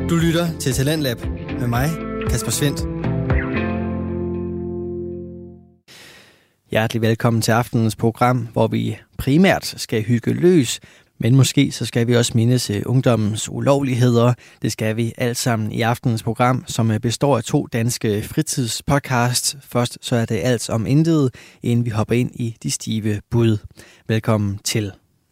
Du lytter til Talentlab med mig, Kasper Svendt. Hjertelig velkommen til aftenens program, hvor vi primært skal hygge løs, men måske så skal vi også mindes ungdommens ulovligheder. Det skal vi alt sammen i aftenens program, som består af 2 danske fritidspodcasts. Først så er det alt om intet, inden vi hopper ind i de stive bud. Velkommen til.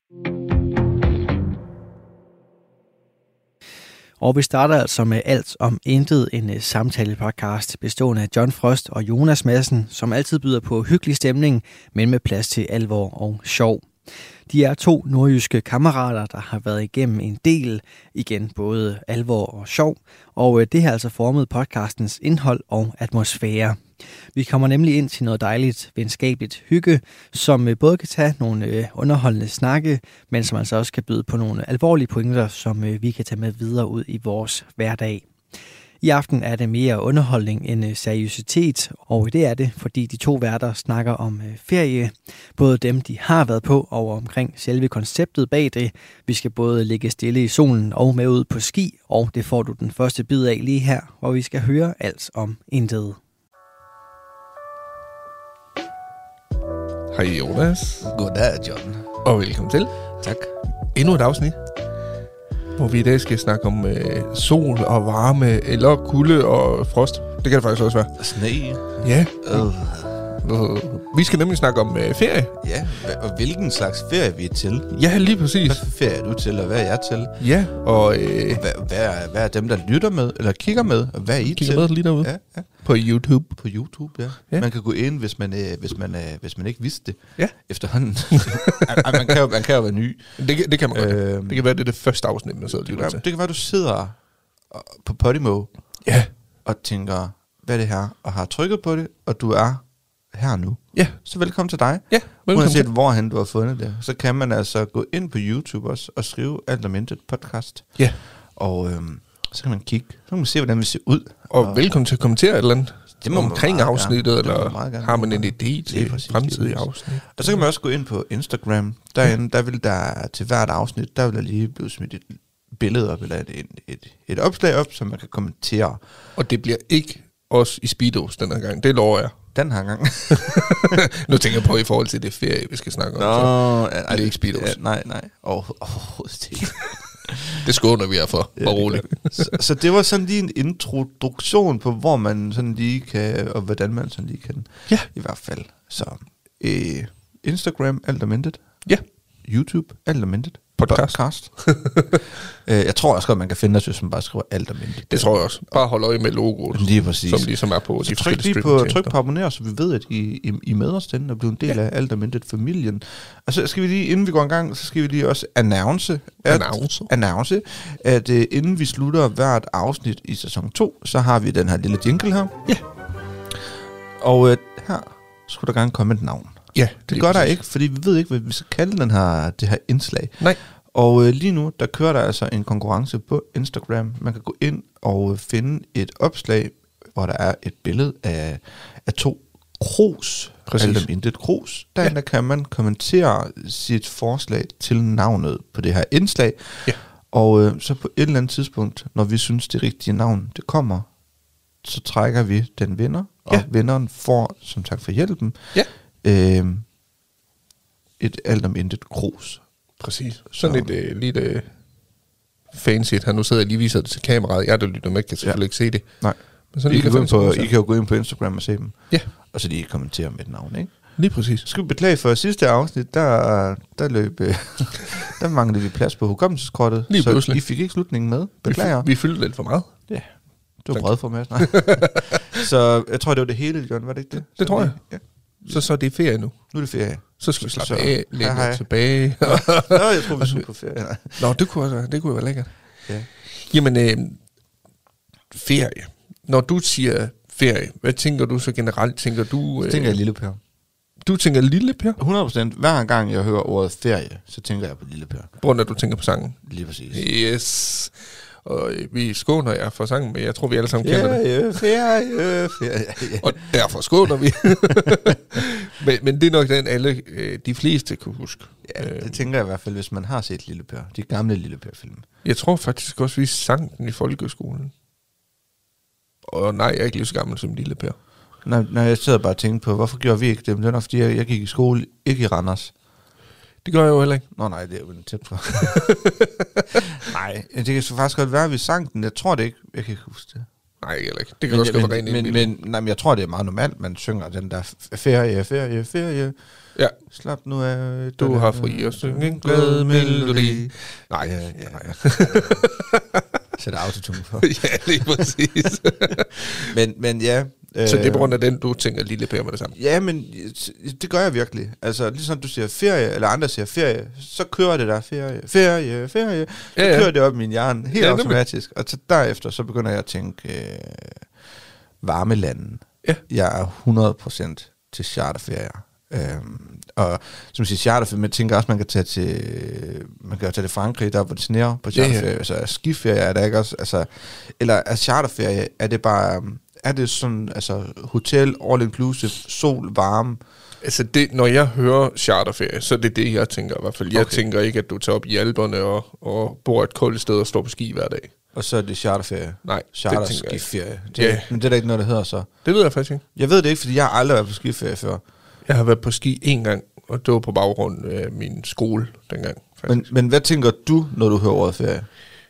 Og vi starter altså med alt om intet, en samtalepodcast bestående af John Frost og Jonas Madsen, som altid byder på hyggelig stemning, men med plads til alvor og sjov. De er 2 nordjyske kammerater, der har været igennem en del, igen både alvor og sjov, og det har altså formet podcastens indhold og atmosfære. Vi kommer nemlig ind til noget dejligt, venskabeligt hygge, som både kan tage nogle underholdende snakke, men som altså også kan byde på nogle alvorlige pointer, som vi kan tage med videre ud i vores hverdag. I aften er det mere underholdning end seriøsitet, og det er det, fordi de 2 værter snakker om ferie. Både dem, de har været på, og omkring selve konceptet bag det. Vi skal både ligge stille i solen og med ud på ski, og det får du den første bid af lige her, hvor vi skal høre alt om intet. Hej Jonas. Goddag, John. Og velkommen til. Tak. Endnu et afsnit, hvor vi i dag skal snakke om sol og varme, eller kulde og frost. Det kan det faktisk også være. Sne. Ja. Vi skal nemlig snakke om ferie. Ja, og hvilken slags ferie vi er til. Ja, lige præcis. Hvad for ferie er du til, og hvad er jeg til? Ja, og hvad er dem, der lytter med, eller kigger med, og hvad er I kigger til? med lige derude. Ja. På YouTube. På YouTube, ja. Ja. Man kan gå ind, hvis man ikke vidste det. Ja. Efterhånden. man kan jo være ny. Det kan man godt. Det kan være, det er det første afsnit, man sidder og lytter til. Det kan være, du sidder på Podimo. Ja. Og tænker, hvad er det her? Og har trykket på det, og du er her nu. Ja. Så velkommen til dig. Ja, velkommen Uanset til. hvorhen du har fundet det, så kan man altså gå ind på YouTube også og skrive Alt om Intet podcast. Ja. Og så kan man kigge. Så kan man se, hvordan vi ser ud. Og velkommen til at kommentere et eller andet omkring meget afsnittet, gerne. eller har man en idé til fremtidige afsnit. Og så kan man også gå ind på Instagram. Derinde, der vil der til hvert afsnit, der vil der lige blive smidt et billede op, eller et opslag op, som man kan kommentere. Og det bliver ikke os i Speedos den her gang. Det lover jeg. Den her gang. Nu tænker jeg på i forhold til det ferie, vi skal snakke om. Så det er ikke Speedos. Ja, nej. Overhovedet ikke. Det skåner vi jer for. Ja, Bare roligt. Så det var sådan lige en introduktion på, hvor man sådan lige kan, og hvordan man sådan lige kan. Ja. I hvert fald. Så Instagram, Alt om Intet. Ja. YouTube, Alt om Intet. Podcast. Jeg tror også godt, man kan finde os, hvis man bare skriver Alt om Intet. Det tror jeg også. Bare hold øje med logoet. Lige præcis. Som ligesom er på så de tryk på abonner, så vi ved, at I er med os den og bliver en del af Alt om Intet-familien. Og så skal vi lige, inden vi går i gang, så skal vi lige også announce, at inden vi slutter hvert afsnit i sæson 2, så har vi den her lille jingle her. Ja. Og her skulle der gerne komme et navn. Ja, det gør der ikke, fordi vi ved ikke, hvad vi skal kalde det her indslag. Nej. Og lige nu, der kører der altså en konkurrence på Instagram. Man kan gå ind og finde et opslag, hvor der er et billede af 2 krus. Alt om Intet krus. Derinde kan man kommentere sit forslag til navnet på det her indslag. Ja. Og så på et eller andet tidspunkt, når vi synes, det rigtige navn det kommer, så trækker vi den vinder. Og vinderen får, som tak for hjælpen, et Alt om Intet krus. Præcis. Sådan et lidt fancy. Han nu sidder jeg lige viser det til kameraet. Jeg der lytter med, kan selvfølgelig ikke se det. Nej. Men sådan I kan jo gå ind på Instagram og se dem. Ja. Og så lige kommentere med et navn, ikke? Lige præcis. Skal vi beklage for sidste afsnit, der løb der manglede vi plads på hukommelseskortet. Lige så pludselig. I fik ikke slutningen med. Beklager. Vi fyldte lidt for meget. Ja. Du var bred for mig. Så jeg tror, det var det hele, John, var det ikke det? Det tror jeg. Ja. Så det er ferie nu. Nu er det ferie. Så skal vi slappe af, lægge tilbage. Nå, jeg tror, vi skulle på ferie. Nej. Nå, det kunne også være, det kunne være lækkert. Ja. Jamen, ferie. Når du siger ferie, hvad tænker du så generelt? Tænker du... tænker jeg Lille Per. Du tænker Lille Per? 100%. Hver gang jeg hører ordet ferie, så tænker jeg på Lille Per. Hvor når du tænker på sangen? Lige præcis. Yes. Og vi skåner jer for sangen, men jeg tror, vi alle sammen kender det. Ferie. Og derfor skåner vi. men det er nok den, alle de fleste kunne huske. Ja, det tænker jeg i hvert fald, hvis man har set Lille Per. De gamle Lille Per-film. Jeg tror faktisk også, vi sang den i folkeskolen. Og nej, jeg er ikke lige så gammel som Lille Per. Nej, jeg sidder bare og tænker på, hvorfor gjorde vi ikke det? Men det er nok, fordi jeg gik i skole, ikke i Randers. Det gør jeg jo heller ikke. Nå nej, det er jo tæt på. Nej, det kan så faktisk godt være, at vi sang den. Jeg tror det ikke. Jeg kan ikke huske det. Nej, heller ikke. Det kan også være rent men jeg tror, det er meget normalt, man synger den der ferie. Ja. Slap nu af. Du har fri og syng en glad melodi. Nej. Ja. Sætter autotune på. Ja, lige præcis. men ja. Så det er på grund af den, du tænker Lille Per med det samme? Ja, men det gør jeg virkelig. Altså, ligesom du siger ferie, eller andre siger ferie, så kører det der ferie. Så kører det op i min hjerne helt automatisk. Og så derefter, så begynder jeg at tænke varme lande. Ja. Jeg er 100% til charterferier. Og som siger charterferie, men jeg tænker også, man kan tage til Frankrig, der hvor det sneer på charterferie. Ja. Altså skiferie er der ikke også, altså, eller er charterferie, er det bare, er det sådan, altså hotel, all inclusive, sol, varme? Altså det, når jeg hører charterferie, så er det det, jeg tænker i hvert fald. Jeg tænker ikke, at du tager op i Alperne og bor et koldt sted og står på ski hver dag. Og så er det charterferie? Nej, charterskiferie. Ja. Men det er da ikke noget, der hedder så? Det ved jeg faktisk ikke. Jeg ved det ikke, fordi jeg har aldrig været på skiferie før. Jeg har været på ski en gang, og det var på baggrund af min skole dengang. Men hvad tænker du, når du hører ordet ferie?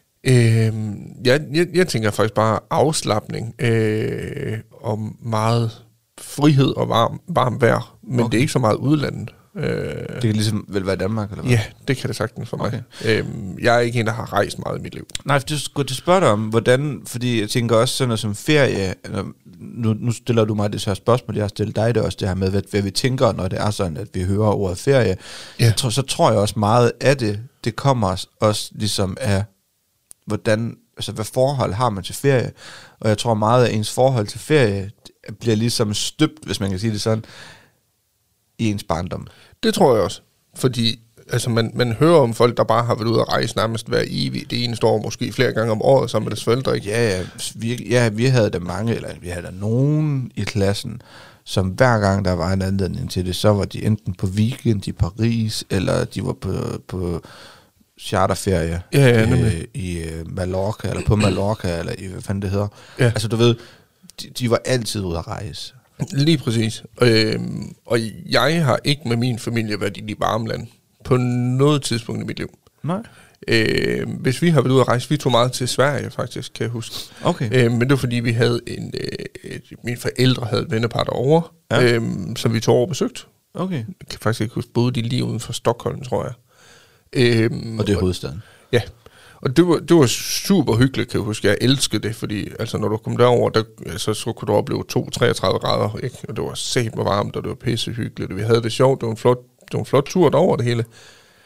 Jeg tænker faktisk bare afslapning og meget frihed og varm vejr, men det er ikke så meget udlandet. Det kan ligesom vel være Danmark, eller hvad? Ja, det kan det sagtens for mig. Jeg er ikke en, der har rejst meget i mit liv. Nej, for du skulle til spørge dig om, hvordan, fordi jeg tænker også sådan noget som ferie, nu stiller du mig det her spørgsmål, jeg har stillet dig det også, det her med, hvad vi tænker, når det er sådan, at vi hører ordet ferie. Ja. Så tror jeg også meget af det kommer også ligesom af, hvordan, altså hvad forhold har man til ferie, og jeg tror meget af ens forhold til ferie bliver ligesom støbt, hvis man kan sige det sådan, i ens barndom. Det tror jeg også, fordi altså man hører om folk, der bare har været ude at rejse nærmest hver evig, det eneste år, måske flere gange om året, sammen med deres forældre, ikke? Ja, vi havde da mange, eller vi havde da nogen i klassen, som hver gang der var en anledning til det, så var de enten på weekend i Paris, eller de var på charterferie i Mallorca, eller på Mallorca, eller i hvad fanden det hedder. Ja. Altså du ved, de var altid ude at rejse. Lige præcis. Og jeg har ikke med min familie været i de varme lande på noget tidspunkt i mit liv. Nej. Hvis vi har været ude at rejse, vi tog meget til Sverige faktisk, kan jeg huske. Okay. Men det var fordi vi havde mine forældre havde et vennepar derovre, som vi tog over besøgt. Okay. Jeg kan faktisk ikke huske, boede de lige uden for Stockholm, tror jeg. Og det er hovedstaden. Ja. Og det var super hyggeligt, kan jeg huske. Jeg elskede det, fordi altså, når du kom derover, så kunne du opleve 32 grader, ikke? Og det var sæt med varmt, og det var pissehyggeligt, og vi havde det sjovt. Det var en flot tur derover det hele.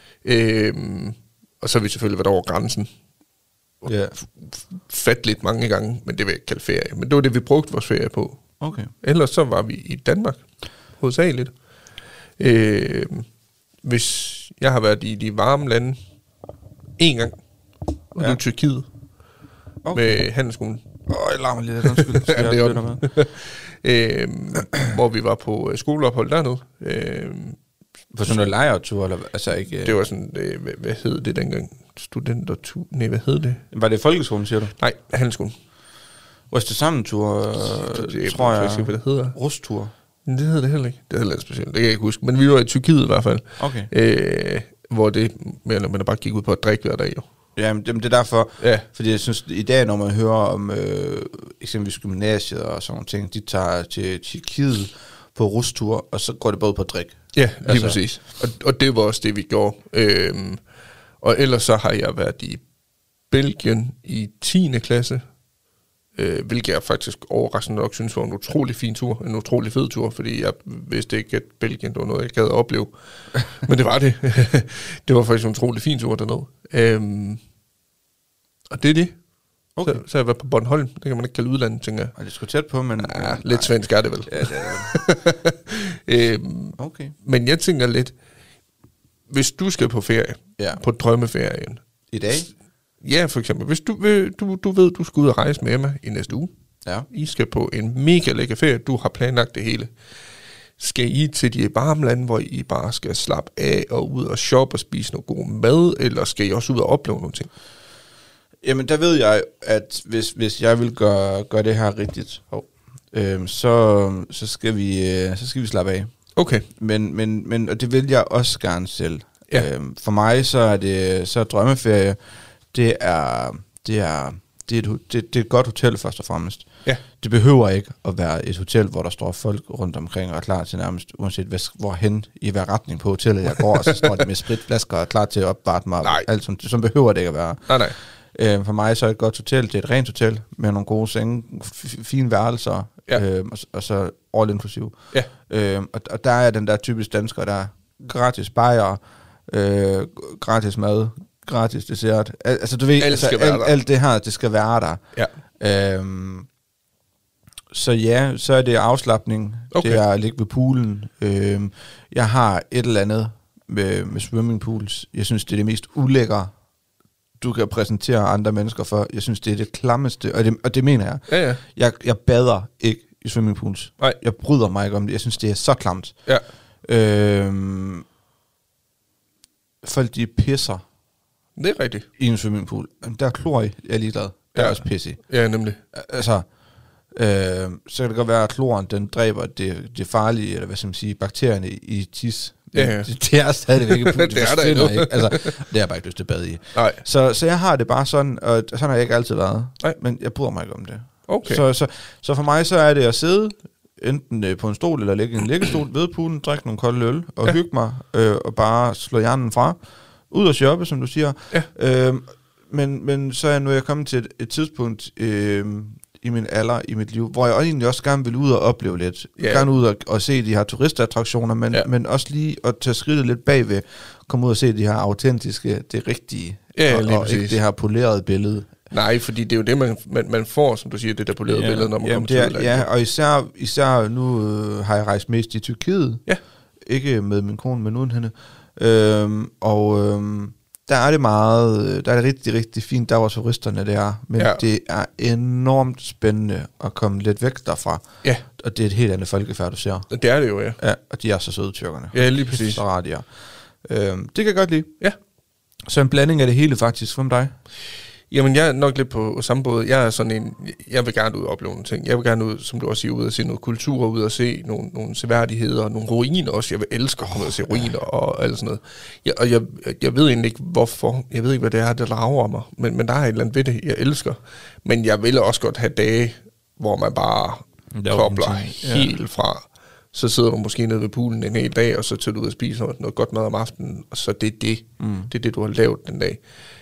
Og så har vi selvfølgelig været over grænsen. Fat lidt mange gange, men det vil jeg ikke kalde ferie. Men det var det, vi brugte vores ferie på. Okay. Ellers så var vi i Danmark, hovedsageligt. Hvis jeg har været i de varme lande en gang, og det er Tyrkiet, med handelsskolen. Jeg larmer lidt, undskyld. Ja, det er hvor vi var på skoleophold dernede. På sådan en lejretur, eller altså ikke? Det var sådan, hvad hed det dengang? Studentertur? Nej, hvad hed det? Var det folkeskolen, siger du? Nej, handelsskolen. Was det sammen tur, tror jeg. Ikke, hvad det hedder. Rustur. Det hedder det heller ikke. Det hedder lidt specielt, det kan jeg ikke huske. Men vi var i Tyrkiet i hvert fald. Okay. Hvor det mere eller mindre bare gik ud på at drikke hver dag, jo. Ja, men det er derfor, fordi jeg synes, i dag, når man hører om eksempelvis gymnasiet og sådan nogle ting, de tager til Tyrkiet på rustur, og så går det både på at drikke. Ja, lige præcis. Og det var også det, vi gjorde. Og ellers så har jeg været i Belgien i 10. klasse, hvilket jeg faktisk overraskende nok synes var en utrolig fin tur, en utrolig fed tur, fordi jeg vidste ikke, at Belgien var noget, jeg gad at opleve. Men det var det. Det var faktisk en utrolig fin tur dernede. Og det er det. Okay. Så har jeg været på Bornholm. Det kan man ikke kalde udlandet, tænker jeg. Og det er sgu tæt på, men... Ja, lidt svensk er det vel. Ja, det er det. Okay. Men jeg tænker lidt, hvis du skal på ferie, på drømmeferien... I dag? Ja, for eksempel. Hvis du ved, du skal ud og rejse med Emma i næste uge. Ja. I skal på en mega lækker ferie. Du har planlagt det hele. Skal I til de varme lande, hvor I bare skal slappe af og ud og shoppe og spise noget god mad, eller skal I også ud og opleve nogle ting? Jamen, der ved jeg, at hvis jeg vil gøre det her rigtigt, så skal vi slappe af. Okay. Men og det vil jeg også gerne selv. Ja. For mig så er drømmeferie, det er et godt hotel først og fremmest. Ja. Det behøver ikke at være et hotel, hvor der står folk rundt omkring og er klar til nærmest, uanset hvorhen i hver retning på hotellet jeg går, og så står de med spritflasker og er klar til at opvarte mig. Nej. Alt som behøver det ikke at være. Nej. For mig så er et godt hotel, det er et rent hotel med nogle gode senge, fine værelser, Ja. og så all inklusiv. Ja. Og der er den der typisk dansker, der er gratis bajer, gratis mad, gratis dessert. Altså du ved, alt det her, det skal være der. Ja. Så ja, så er det afslapning. Okay. Det er at ligge ved poolen. Jeg har et eller andet med swimmingpools. Jeg synes, det er det mest ulækre, du kan præsentere andre mennesker for. Jeg synes, det er det klammeste, og det mener jeg. Ja. Jeg bader ikke i swimmingpools. Nej. Jeg bryder mig ikke om det. Jeg synes, det er så klamt. Ja. Folk, de pisser. Det er rigtigt. I en swimmingpool. Der er klor i, jeg er ligeglad. Der er også pis i. Ja, nemlig. Altså, så kan det godt være, at kloren, den dræber det farlige, eller hvad skal man sige, bakterierne i tis. Ja. Det er stadigvæk ikke. Det er der ikke. Altså, det har jeg bare ikke lyst til at bade i. Nej. Så jeg har det bare sådan, og sådan har jeg ikke altid været. Nej. Men jeg bryder mig ikke om det. Okay. Så for mig, så er det at sidde enten på en stol, eller ligge i en liggestol ved poolen, drikke nogle kolde øl, og hygge mig, og bare slå hjernen fra. Ud og shoppe, som du siger. Ja. Men så er nu jeg kommet til et tidspunkt i min alder, i mit liv, hvor jeg egentlig også gerne vil ud og opleve lidt. Ja. Gerne ud og se de her turistattraktioner, men også lige at tage skridtet lidt bagved, komme ud og se de her autentiske, det rigtige, og ikke det her polerede billede. Nej, fordi det er jo det, man får, som du siger, det der polerede billede, når man kommer til udlandet. Ja, og især nu har jeg rejst mest i Tyrkiet. Ja. Ikke med min kone, men uden hende. Der er det meget, der er det rigtig, rigtig fint, der hvor turisterne der, men det er enormt spændende at komme lidt væk derfra. Ja. Og det er et helt andet folkefærd, du ser. Det er det jo, ja. Ja, og de er så søde, tyrkerne. Ja, lige præcis. Så rart, ja. Det kan jeg godt lide. Ja. Så en blanding af det hele faktisk. Hvad med dig? Jamen, jeg er nok lidt på samme båd. Jeg er sådan en, jeg vil gerne ud og opleve nogle ting. Jeg vil gerne ud, som du også siger, ud og se noget kultur, ud og se nogle seværdigheder, nogle ruiner også. Jeg vil elske at komme ud og se ruiner og alt sådan noget. Jeg ved egentlig ikke, hvorfor. Jeg ved ikke, hvad det er, der drager mig. Men der er et eller andet ved det, jeg elsker. Men jeg vil også godt have dage, hvor man bare kobler helt fra. Så sidder du måske nede ved poolen en hel dag, og så tager du ud og spiser noget godt mad om aftenen, og så det er det. Det er det, du har lavet den dag.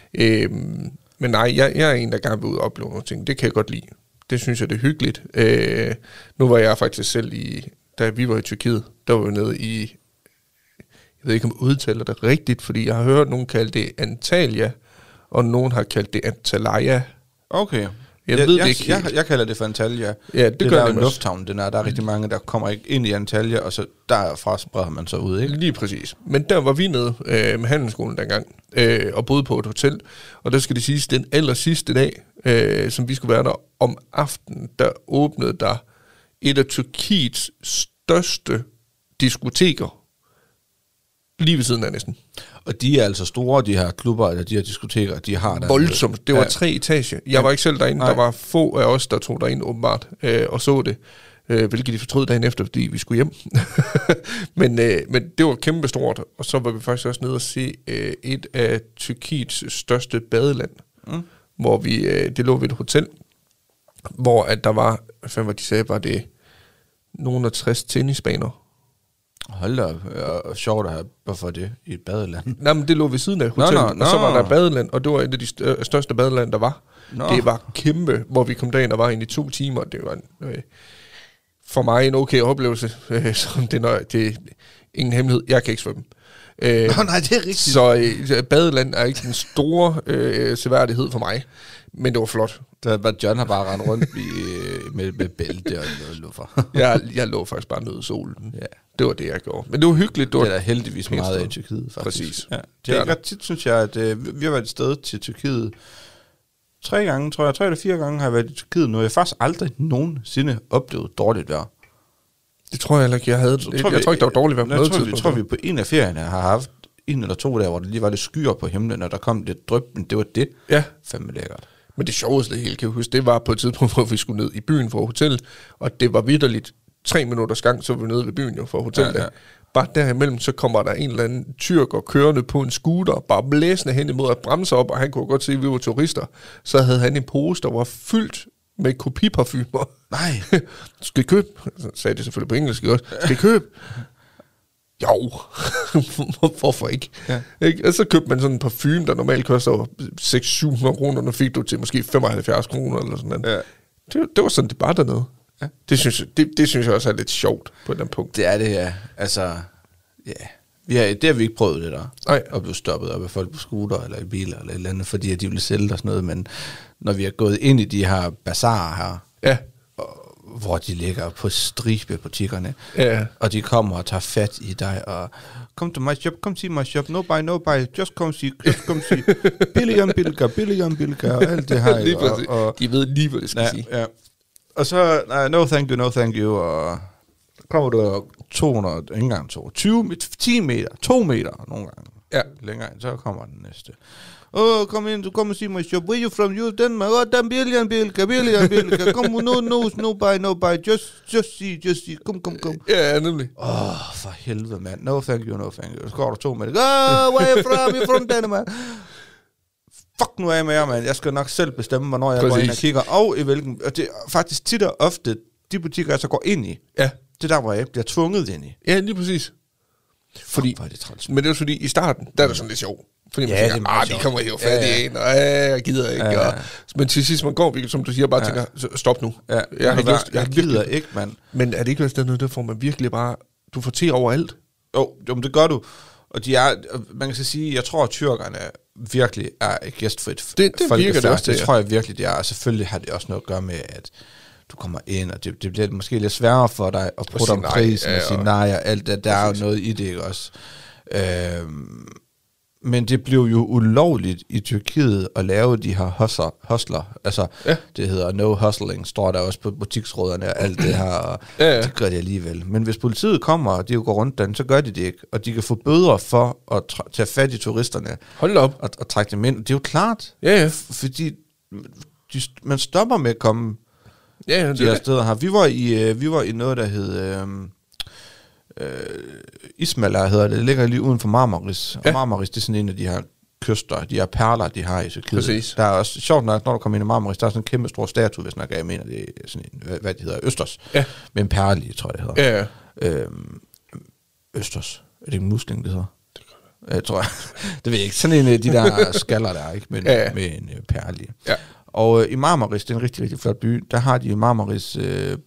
Men nej, jeg er en, der gerne vil ud og opleve nogle ting. Det kan jeg godt lide. Det synes jeg, det er hyggeligt. Nu var jeg faktisk selv da vi var i Tyrkiet, der var vi nede i, jeg ved ikke, om jeg udtaler det rigtigt, fordi jeg har hørt nogen kalde det Antalya, og nogen har kaldt det Antalya. Okay. Jeg ved det ikke jeg kalder det for Antalya. Ja, det gør der er jo lufthavn, der er rigtig mange, der kommer ikke ind i Antalya, og så derfra spreder man så ud, ikke? Lige præcis. Men der var vi nede med handelsskolen dengang, og boede på et hotel, og der skal det siges, den aller sidste dag, som vi skulle være der om aftenen, der åbnede der et af Tyrkiets største diskoteker, lige ved siden af næsten. Og de er altså store, de her klubber, eller de her diskoteker, de har der. Voldsomt. Det var 3 etager. Jeg var ikke selv derinde. Nej. Der var få af os, der tog derind åbenbart, og så det. Hvilket de fortrød dagen efter, fordi vi skulle hjem. men det var kæmpestort. Og så var vi faktisk også nede og se et af Tyrkiets største badeland. Hvor det lå ved et hotel, hvor at der var, hvad fanden var de sagde, var det nogle af 60 tennisbaner. Hold da, sjovt at have, hvorfor det i et badeland? Nej, men det lå ved siden af hotellet, og så var der et badeland, og det var et af de største badeland, der var. Det var kæmpe, hvor vi kom derind og var inde i 2 timer. Det var for mig en okay oplevelse. Det er ingen hemmelighed. Jeg kan ikke svømme. Nej, det er rigtigt. Så badeland er ikke den store seværdighed for mig, men det var flot. John har bare rendt rundt med bælte og noget luffer. jeg lå faktisk bare nede i solen. Ja. Det var det, jeg gjorde. Men det var hyggeligt. Det er der heldigvis meget af i Tyrkiet, faktisk. Præcis. Ja. Det er ret tit, synes jeg, at vi har været et sted til Tyrkiet 3 gange, tror jeg. 3 eller 4 gange har jeg været i Tyrkiet nu. Jeg har faktisk aldrig nogensinde oplevet dårligt vejr. Det tror jeg heller ikke, jeg havde. Jeg tror ikke, der var dårligt vejr på noget tidspunkt. Jeg tror, vi på en af ferierne har haft 1 eller 2 der, hvor det lige var lidt skyer på himlen, og der kom lidt dryp, men det var det. Ja. Fandme lækkert. Men det sjoveste hele, kan jeg huske, det var på et tidspunkt, hvor vi skulle ned i byen fra hotellet, og det var vitterligt 3 minutters gang, så var vi nede ved byen jo fra hotellet. Ja. Bare derimellem, så kommer der en eller anden tyrker kørende på en scooter, bare blæsende hen imod at bremse op, og han kunne godt se, at vi var turister. Så havde han en pose, der var fyldt med kopiparfumer. Nej. Skal I købe? Så sagde det selvfølgelig på engelsk også. Skal I købe? Jo. Hvorfor ikke? Ja. Ikke? Og så købte man sådan en parfume, der normalt koster 600-700 kroner, og fik du til måske 75 kroner eller sådan noget. Ja. Det var sådan, det bare dernede. Ja. Det synes jeg også er lidt sjovt på den punkt. Det er det, ja. Altså, ja. Det har vi ikke prøvet det der. Nej. At blive stoppet af folk på scooter eller i biler eller et eller andet, fordi de ville sælge og sådan noget. Men når vi er gået ind i de her bazarer her, ja, hvor de ligger på stribe butikkerne, ja, og de kommer og tager fat i dig og come to my shop, come see my shop, no buy, just come see, billiger, og alt det her. Lige og de ved lige, hvad det skal sige. Ja. Og så, no thank you, og kommer du 200, ikke engang 10 meter, 2 meter nogle gange. Ja. Længere ind, så kommer den næste. Kom ind, du kommer og sige my shop. Where you from? You Denmark? Den billiger. Kom, no buy. Just see. Kom. Ja, nemlig. For helvede, mand. No thank you. Så går der 2 meter. Where you from? You from Denmark? Fuck nu af med jer, mand. Jeg skal nok selv bestemme, hvornår jeg går ind og kigger. Og i hvilken... Og det er faktisk tit og ofte, de butikker, jeg så går ind i. Ja. Det er der, hvor jeg bliver tvunget ind i. Ja, lige præcis. Fordi, men det er fordi, i starten, der er det sådan lidt sjovt. Fordi man tænker, de kommer jo fat i en, og jeg gider ikke. Ja. Men til sidst, man går, som du siger, bare tænker, stop nu. Ja. Jeg gider ikke, mand. Men er det ikke også noget, der får man virkelig bare, du får til overalt? Jo, men det gør du. Og de er, man kan så sige, jeg tror, at tyrkerne virkelig er gæstfrit. Det virker det også til. Det tror jeg virkelig, det er. Og selvfølgelig har det også noget at gøre med, at du kommer ind, og det bliver måske lidt sværere for dig at putte om prisen og sige nej og alt det. Der er jo noget i det, ikke også? Men det blev jo ulovligt i Tyrkiet at lave de her hustler. Altså, det hedder no hustling, står der også på butiksråderne og alt det her, og det gør de alligevel. Men hvis politiet kommer, og de jo går rundt den, så gør de det ikke. Og de kan få bøder for at tage fat i turisterne. Hold op. Og trække dem ind. Det er jo klart. Ja. Fordi man stopper med at komme de her steder her. Vi var i noget, der hed... Ismaila hedder det. Det ligger lige uden for Marmaris. Og Marmaris, det er sådan en af de her kyster, de her perler, de har i Tyrkiet. Præcis. Der er også sjovt nok, når du kommer ind i Marmaris, der er sådan en kæmpe stor statue, hvis jeg mener, det er sådan en, hvad det hedder, Østers. Ja. Med en perle i, tror jeg, det hedder. Ja. Østers. Er det ikke en musling, det hedder? Det gør det. Tror jeg. Det ved jeg ikke. Sådan en af de der skaller der, ikke? Med en perle i. Ja. Og i Marmaris, det er en rigtig, rigtig flot by, der har de i Marmaris...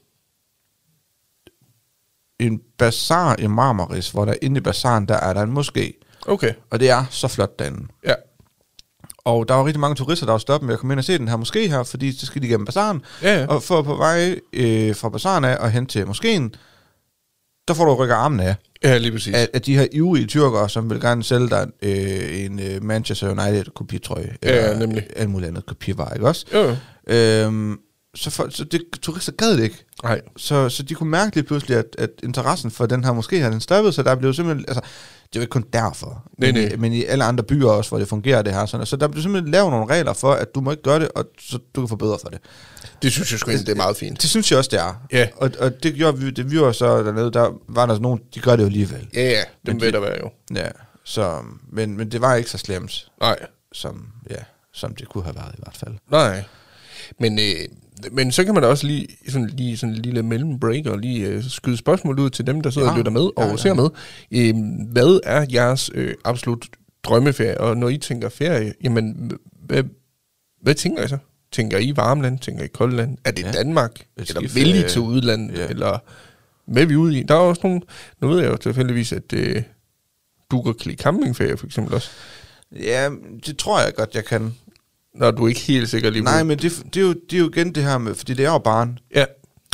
en bazar i Marmaris, hvor der inde i bazaren, der er der en moské. Okay. Og det er så flot derinde. Ja. Og der var rigtig mange turister, der var stoppet med at komme ind og se den her moské her, fordi så skal de igennem bazaren. Ja. Og for på vej fra bazaren af og hen til moskéen, der får du rykker armen af. Ja, lige præcis. Af de her ivrige tyrkere, som vil gerne sælge dig en Manchester United kopitrøje. Ja, nemlig. Alt muligt andet kopivarer, ikke også? Jo. Så det, turister gad det ikke. Nej. Så de kunne mærke lige pludselig, at interessen for den her måske har den stoppet, så der blev simpelthen, altså, det er jo ikke kun derfor, men i alle andre byer også, hvor det fungerer det her, sådan, så der blev simpelthen lavet nogle regler for, at du må ikke gøre det, og så du kan få bøder for det. Det synes jeg sgu det er meget fint. Det synes jeg også, det er. Ja. Og det gjorde vi, det vi var så dernede, der var der nogen, de gør det jo alligevel. Ja, det ved der være jo. Ja, så, men det var ikke så slemt. Nej. Som det kunne have været i hvert fald. Nej. Men så kan man da også lige sådan en lille mellembreak og lige skyde spørgsmål ud til dem, der sidder og lytter med og ser med. Hvad er jeres absolut drømmeferie? Og når I tænker ferie, jamen, hvad tænker I så? Tænker I varmland? Tænker I koldland? Er det Danmark? Eller vil I til udlandet? Ja. Eller hvad er vi ude i? Der er også nogle, nu ved jeg jo tilfældigvis, at du kan klikke campingferie for eksempel også. Ja, det tror jeg godt, jeg kan. Når du er ikke helt sikker lige. Nej, men det er jo igen det her med, fordi det er jo barn. Ja.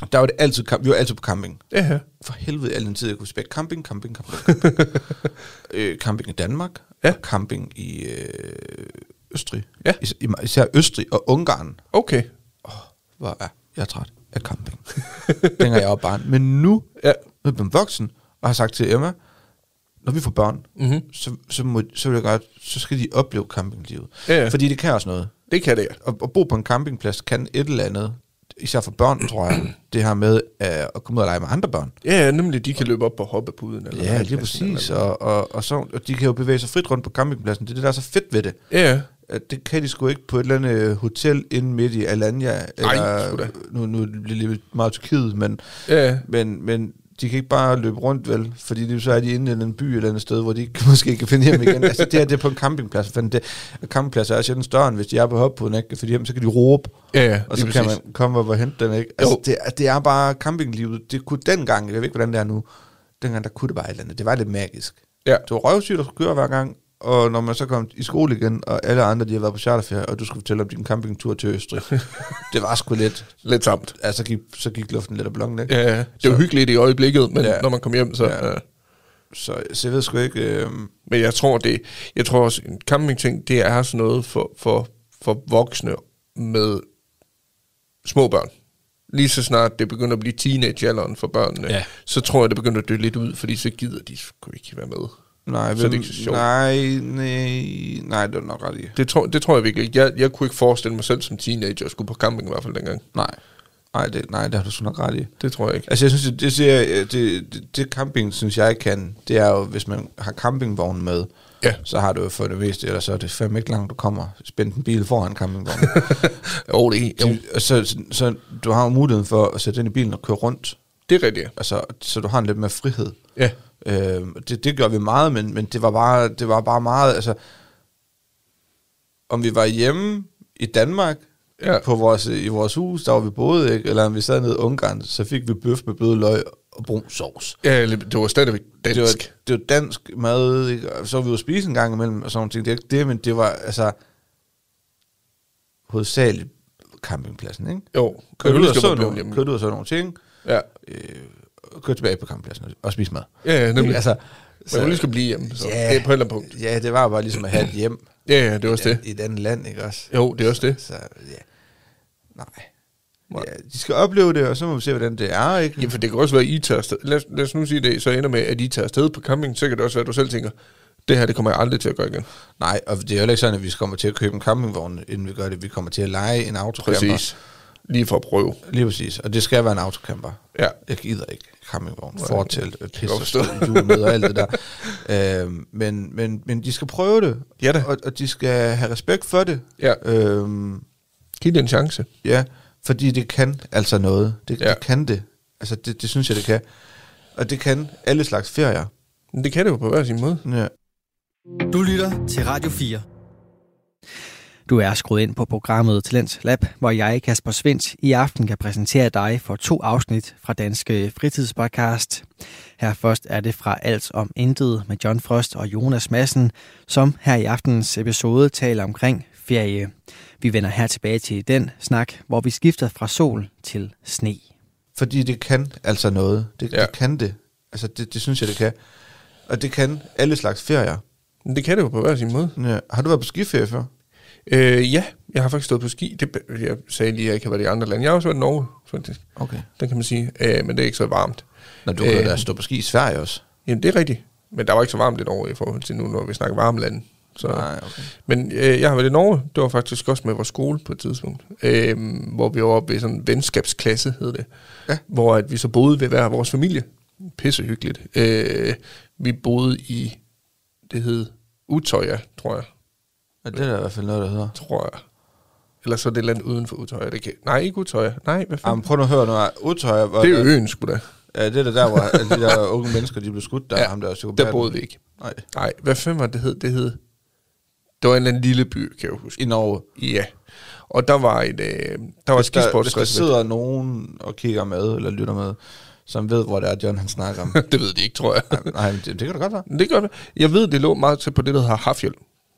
Der var det altid, vi var altid på camping. Ja. For helvede, al den tid, jeg kunne spille camping. Camping i Danmark, og camping i Østrig. Ja. Især Østrig og Ungarn. Okay. Hvor er jeg træt af camping. Dengang jeg var barn. Men nu er jeg blevet voksen, og har sagt til Emma, når vi får børn, så vil jeg godt, så skal de opleve campinglivet. Ja. Fordi det kan også noget. Det kan det, ja. At bo på en campingplads kan et eller andet, især for børn, tror jeg, det her med at komme ud og lege med andre børn. Ja, nemlig, de kan løbe op på hoppepuden. Eller Ja, lige præcis. Og de kan jo bevæge sig frit rundt på campingpladsen. Det er det, der er så fedt ved det. Ja. Det kan de sgu ikke på et eller andet hotel inde midt i Alanya. Nej, nu bliver det meget Tyrkiet, men de kan ikke bare løbe rundt, vel? Fordi så er de inde i en by eller et sted, hvor de måske kan finde hjem igen. Altså, det er på en campingplads. Campingpladser er sjældent større, end hvis de er på hoppuden, ikke? Fordi hjem, så kan de råbe. Ja, og så kan man komme og hente den, ikke? Altså, det er bare campinglivet. Det kunne dengang, jeg ved ikke, hvordan det er nu, dengang der kunne det bare et eller andet. Det var lidt magisk. Ja. Det var røvsygt at køre hver gang, og når man så kom i skole igen, og alle andre, de har været på charterferie, og du skulle fortælle om din campingtur til Østrig. Det var sgu lidt samt. Altså, så gik luften lidt af ballongen, ikke? Ja, det var hyggeligt i øjeblikket, men når man kom hjem, så... Ja. Så jeg ved sgu ikke... Men jeg tror også, en campingting, det er sådan noget for voksne med små børn. Lige så snart det begynder at blive teenagealderen for børnene, så tror jeg, det begynder at dø lidt ud, fordi så gider de sgu ikke være med. Nej, så det er ikke så sjovt. Nej, det er nok ret i. Det tror jeg virkelig ikke. Jeg kunne ikke forestille mig selv som teenager at skulle på camping i hvert fald dengang. Nej, det har du sgu nok ret i. Det tror jeg ikke. Altså, jeg synes, det camping, synes jeg kan, det er jo, hvis man har campingvogn med, så har du jo for det meste, eller så er det fandme ikke langt, du kommer spændt en bil foran campingvognen. Så du har jo muligheden for at sætte ind i bilen og køre rundt. Det er rigtigt. Altså, så du har en lidt mere frihed. Ja. Det gør vi meget, men det var bare meget, altså, om vi var hjemme i Danmark, i vores hus, der var vi boede, ikke? Eller om vi sad nede i Ungarn, så fik vi bøf med bødeløg og brun sovs. Ja, det var stadigvæk dansk. Det var dansk mad, ikke? Så var vi jo spise en gang imellem, og sådan ting. Det er ikke det, men det var altså hovedsageligt campingpladsen, ikke? Jo. Kørte ud og så nogle ting. Ja. Kørte tilbage på campingpladsen og spise mad. Ja, nemlig. Altså, så jeg lige skal blive hjemme, så det er på et eller andet punkt. Ja, det var bare ligesom at have et hjem. Ja, det var også det. I et andet land, ikke også? Jo, det er også det. Så, nej. Ja, de skal opleve det, og så må vi se, hvordan det er, ikke? Ja, for det kan også være, at I tager afsted. Lad os nu sige det, så ender med, at I tager afsted på camping, så kan det også være, at du selv tænker, det her, det kommer jeg aldrig til at gøre igen. Nej, og det er jo ikke sådan, at vi kommer til at købe en campingvogn, inden vi gør det. Vi kommer til at leje en autocamper. Præcis. Lige for at prøve. Lige præcis. Og det skal være en autocamper. Ja. Jeg gider ikke campingvogn, fortelt, pisse, hjul og alt det der. Men de skal prøve det. Ja da. Og de skal have respekt for det. Ja. Giv det en chance. Ja, fordi det kan altså noget. Det kan det. Altså, det synes jeg, det kan. Og det kan alle slags ferier. Men det kan det jo på hver sin måde. Ja. Du lytter til Radio 4. Du er skruet ind på programmet Talent Lab, hvor jeg, Kasper Svendt, i aften kan præsentere dig for 2 afsnit fra Danske Fritidspodcast. Her først er det fra Alt om Intet med John Frost og Jonas Madsen, som her i aftens episode taler omkring ferie. Vi vender her tilbage til den snak, hvor vi skifter fra sol til sne. Fordi det kan altså noget. Det kan det. Altså, det synes jeg, det kan. Og det kan alle slags ferier. Men det kan det jo på hver sin måde. Ja. Har du været på skiferie før? Ja, jeg har faktisk stået på ski. Jeg sagde lige, at jeg ikke har været i andre lande. Jeg har også været i Norge, faktisk. Okay. Den kan man sige. Men det er ikke så varmt. Når du kan da stå på ski i Sverige også. Jamen, det er rigtigt. Men der var ikke så varmt i Norge i forhold til nu, når vi snakker varme lande. Så. Nej, okay. Men jeg har været i Norge. Det var faktisk også med vores skole på et tidspunkt. Hvor vi var oppe i sådan en venskabsklasse, hed det. Ja. Hvor at vi så boede ved hver vores familie. Pissehyggeligt. Vi boede i, det hed Utøya, tror jeg. Ja, det er der i hvert fald noget, der hedder. Tror jeg. Eller så er det land uden for Utøya. Det kan... Nej, ikke Utøya. Nej, hvad fanden? Jamen, prøv nu at høre noget. Utøya var... Det er øen, sgu da. Ja, det er der, hvor de der unge mennesker, de blev skudt. Der, ham der boede vi ikke. Nej, hvad fanden var det hed? Det var en eller anden lille by, kan jeg huske. I Norge? Ja. Og der var et skisportsrestaurant. Hvis der sidder nogen og kigger med, eller lytter med, som ved, hvor det er, John han snakker om. Det ved de ikke, tror jeg. Nej, det kan da godt være. Det gør det. Jeg ved, det lå meget til på det, der hedder Hafjell.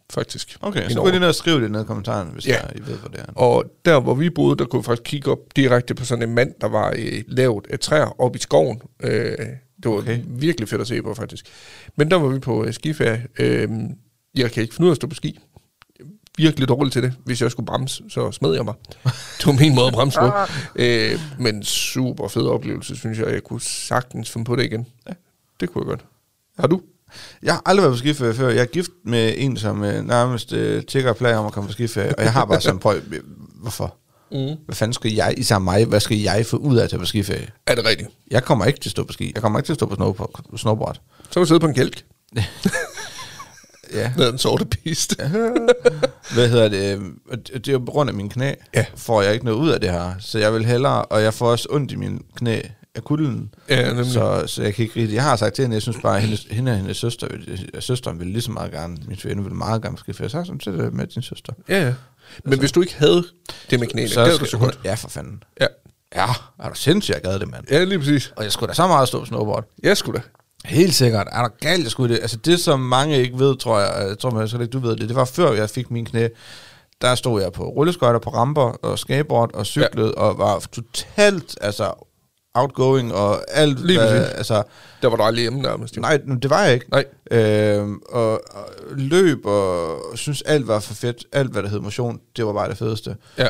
faktisk. Okay, så gå lige ned og skrive det ned i kommentaren, hvis I ved, hvad det er. Og der, hvor vi boede, der kunne vi faktisk kigge op direkte på sådan en mand, der var lavet af træer op i skoven. Det var virkelig fedt at se på, faktisk. Men der var vi på skiferie. Jeg kan ikke finde ud af at stå på ski. Virkelig dårligt til det. Hvis jeg skulle bremse, så smed jeg mig. Det var min måde at bremse på. Men super fed oplevelse, synes jeg. Jeg kunne sagtens finde på det igen. Ja, det kunne jeg godt. Har du? Jeg har aldrig været på skiferie før. Jeg er gift med en, som nærmest tigger og plager om at komme på skiferie. Og jeg har bare sådan, hvorfor? Hvad fanden skal jeg, især mig, hvad skal jeg få ud af at tage på skiferie? Er det rigtigt? Jeg kommer ikke til at stå på ski. Jeg kommer ikke til at stå på snowboard. Så kan du sidde på en kælk. Ja. Ned en sorte piste. Hvad hedder det? Det er jo på grund af mine knæ, får jeg ikke noget ud af det her. Så jeg vil hellere, og jeg får også ondt i mine knæ af kulden. Ja, så jeg kan ikke rigtig. Jeg har sagt til hende, jeg synes bare, at hende og hendes søsteren ville lige så meget gerne, min svigerinde ville meget gerne skifte. Jeg sagde sådan til det med din søster. Ja. Men altså, hvis du ikke havde det med knæene, så gad du så godt. Ja, for fanden. Ja. Ja, er du sindssygt, jeg gad det, mand. Ja, lige præcis. Og jeg skulle da så meget stå på snowboard. Jeg skulle da. Helt sikkert. Er der galt, jeg skulle det? Altså det, som mange ikke ved, tror jeg ikke, du ved det. Det var før jeg fik mine knæ. Der stod jeg på rulleskøjter, på ramper og skateboard og cyklede og var totalt outgoing og alt. Lige altså, der var du aldrig hjemme nærmest. Nej, det var jeg ikke. Nej. Og løb og synes alt var for fedt. Alt, hvad der hed motion, det var bare det fedeste. Ja.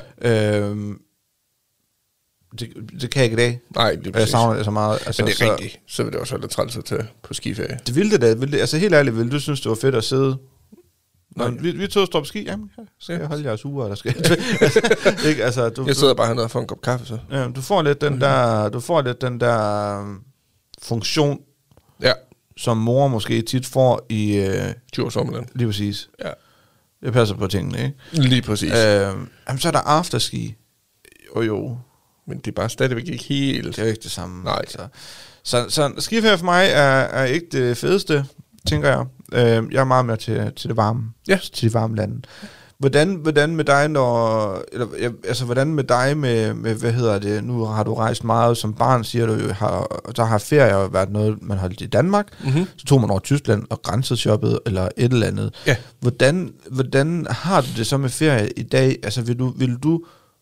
Det kan jeg ikke i dag. Nej, det er præcis. Jeg savner det så meget. Altså, men det er rigtigt. Så vil det også være lidt træls at tage på skiferie. Det ville det da. Altså helt ærligt, ville du synes, det var fedt at sidde... Når vi tog står på ski, jamen, skal jeg holde jeres uger, eller skal jeg... ikke, altså, jeg sidder bare hernede og får en kop kaffe, så. Ja, du får lidt den der, funktion, som mor måske tit får i... Djursommerland. Lige præcis. Ja. Jeg passer på tingene, ikke? Lige præcis. Jamen, så er der afterski. Jo. Men det er bare stadigvæk ikke helt... Det er jo ikke det samme. Nej. Altså. Så skiferie for mig er ikke det fedeste, tænker jeg. Jeg er meget mere til det varme. Ja. Til de varme lande. Hvordan med dig, hvordan med dig med, hvad hedder det, nu har du rejst meget som barn, siger du jo, der har ferie været noget, man holdt i Danmark, så tog man over Tyskland og grænseshoppede, eller et eller andet. Ja. Hvordan har du det så med ferie i dag? Altså vil du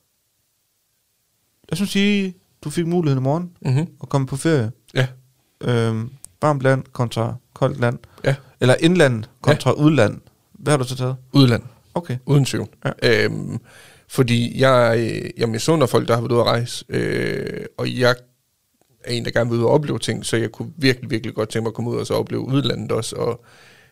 lad os sige, du fik muligheden i morgen at komme på ferie. Ja. Varmt land kontra koldt land. Ja. Eller indland kontra udland. Hvad har du så taget? Udland. Okay. Uden tvivl. Ja. Fordi jeg misunder folk, der har været ude at rejse. Og jeg er en, der gerne vil ud og opleve ting, så jeg kunne virkelig, virkelig godt tænke mig at komme ud og så opleve udlandet også. Og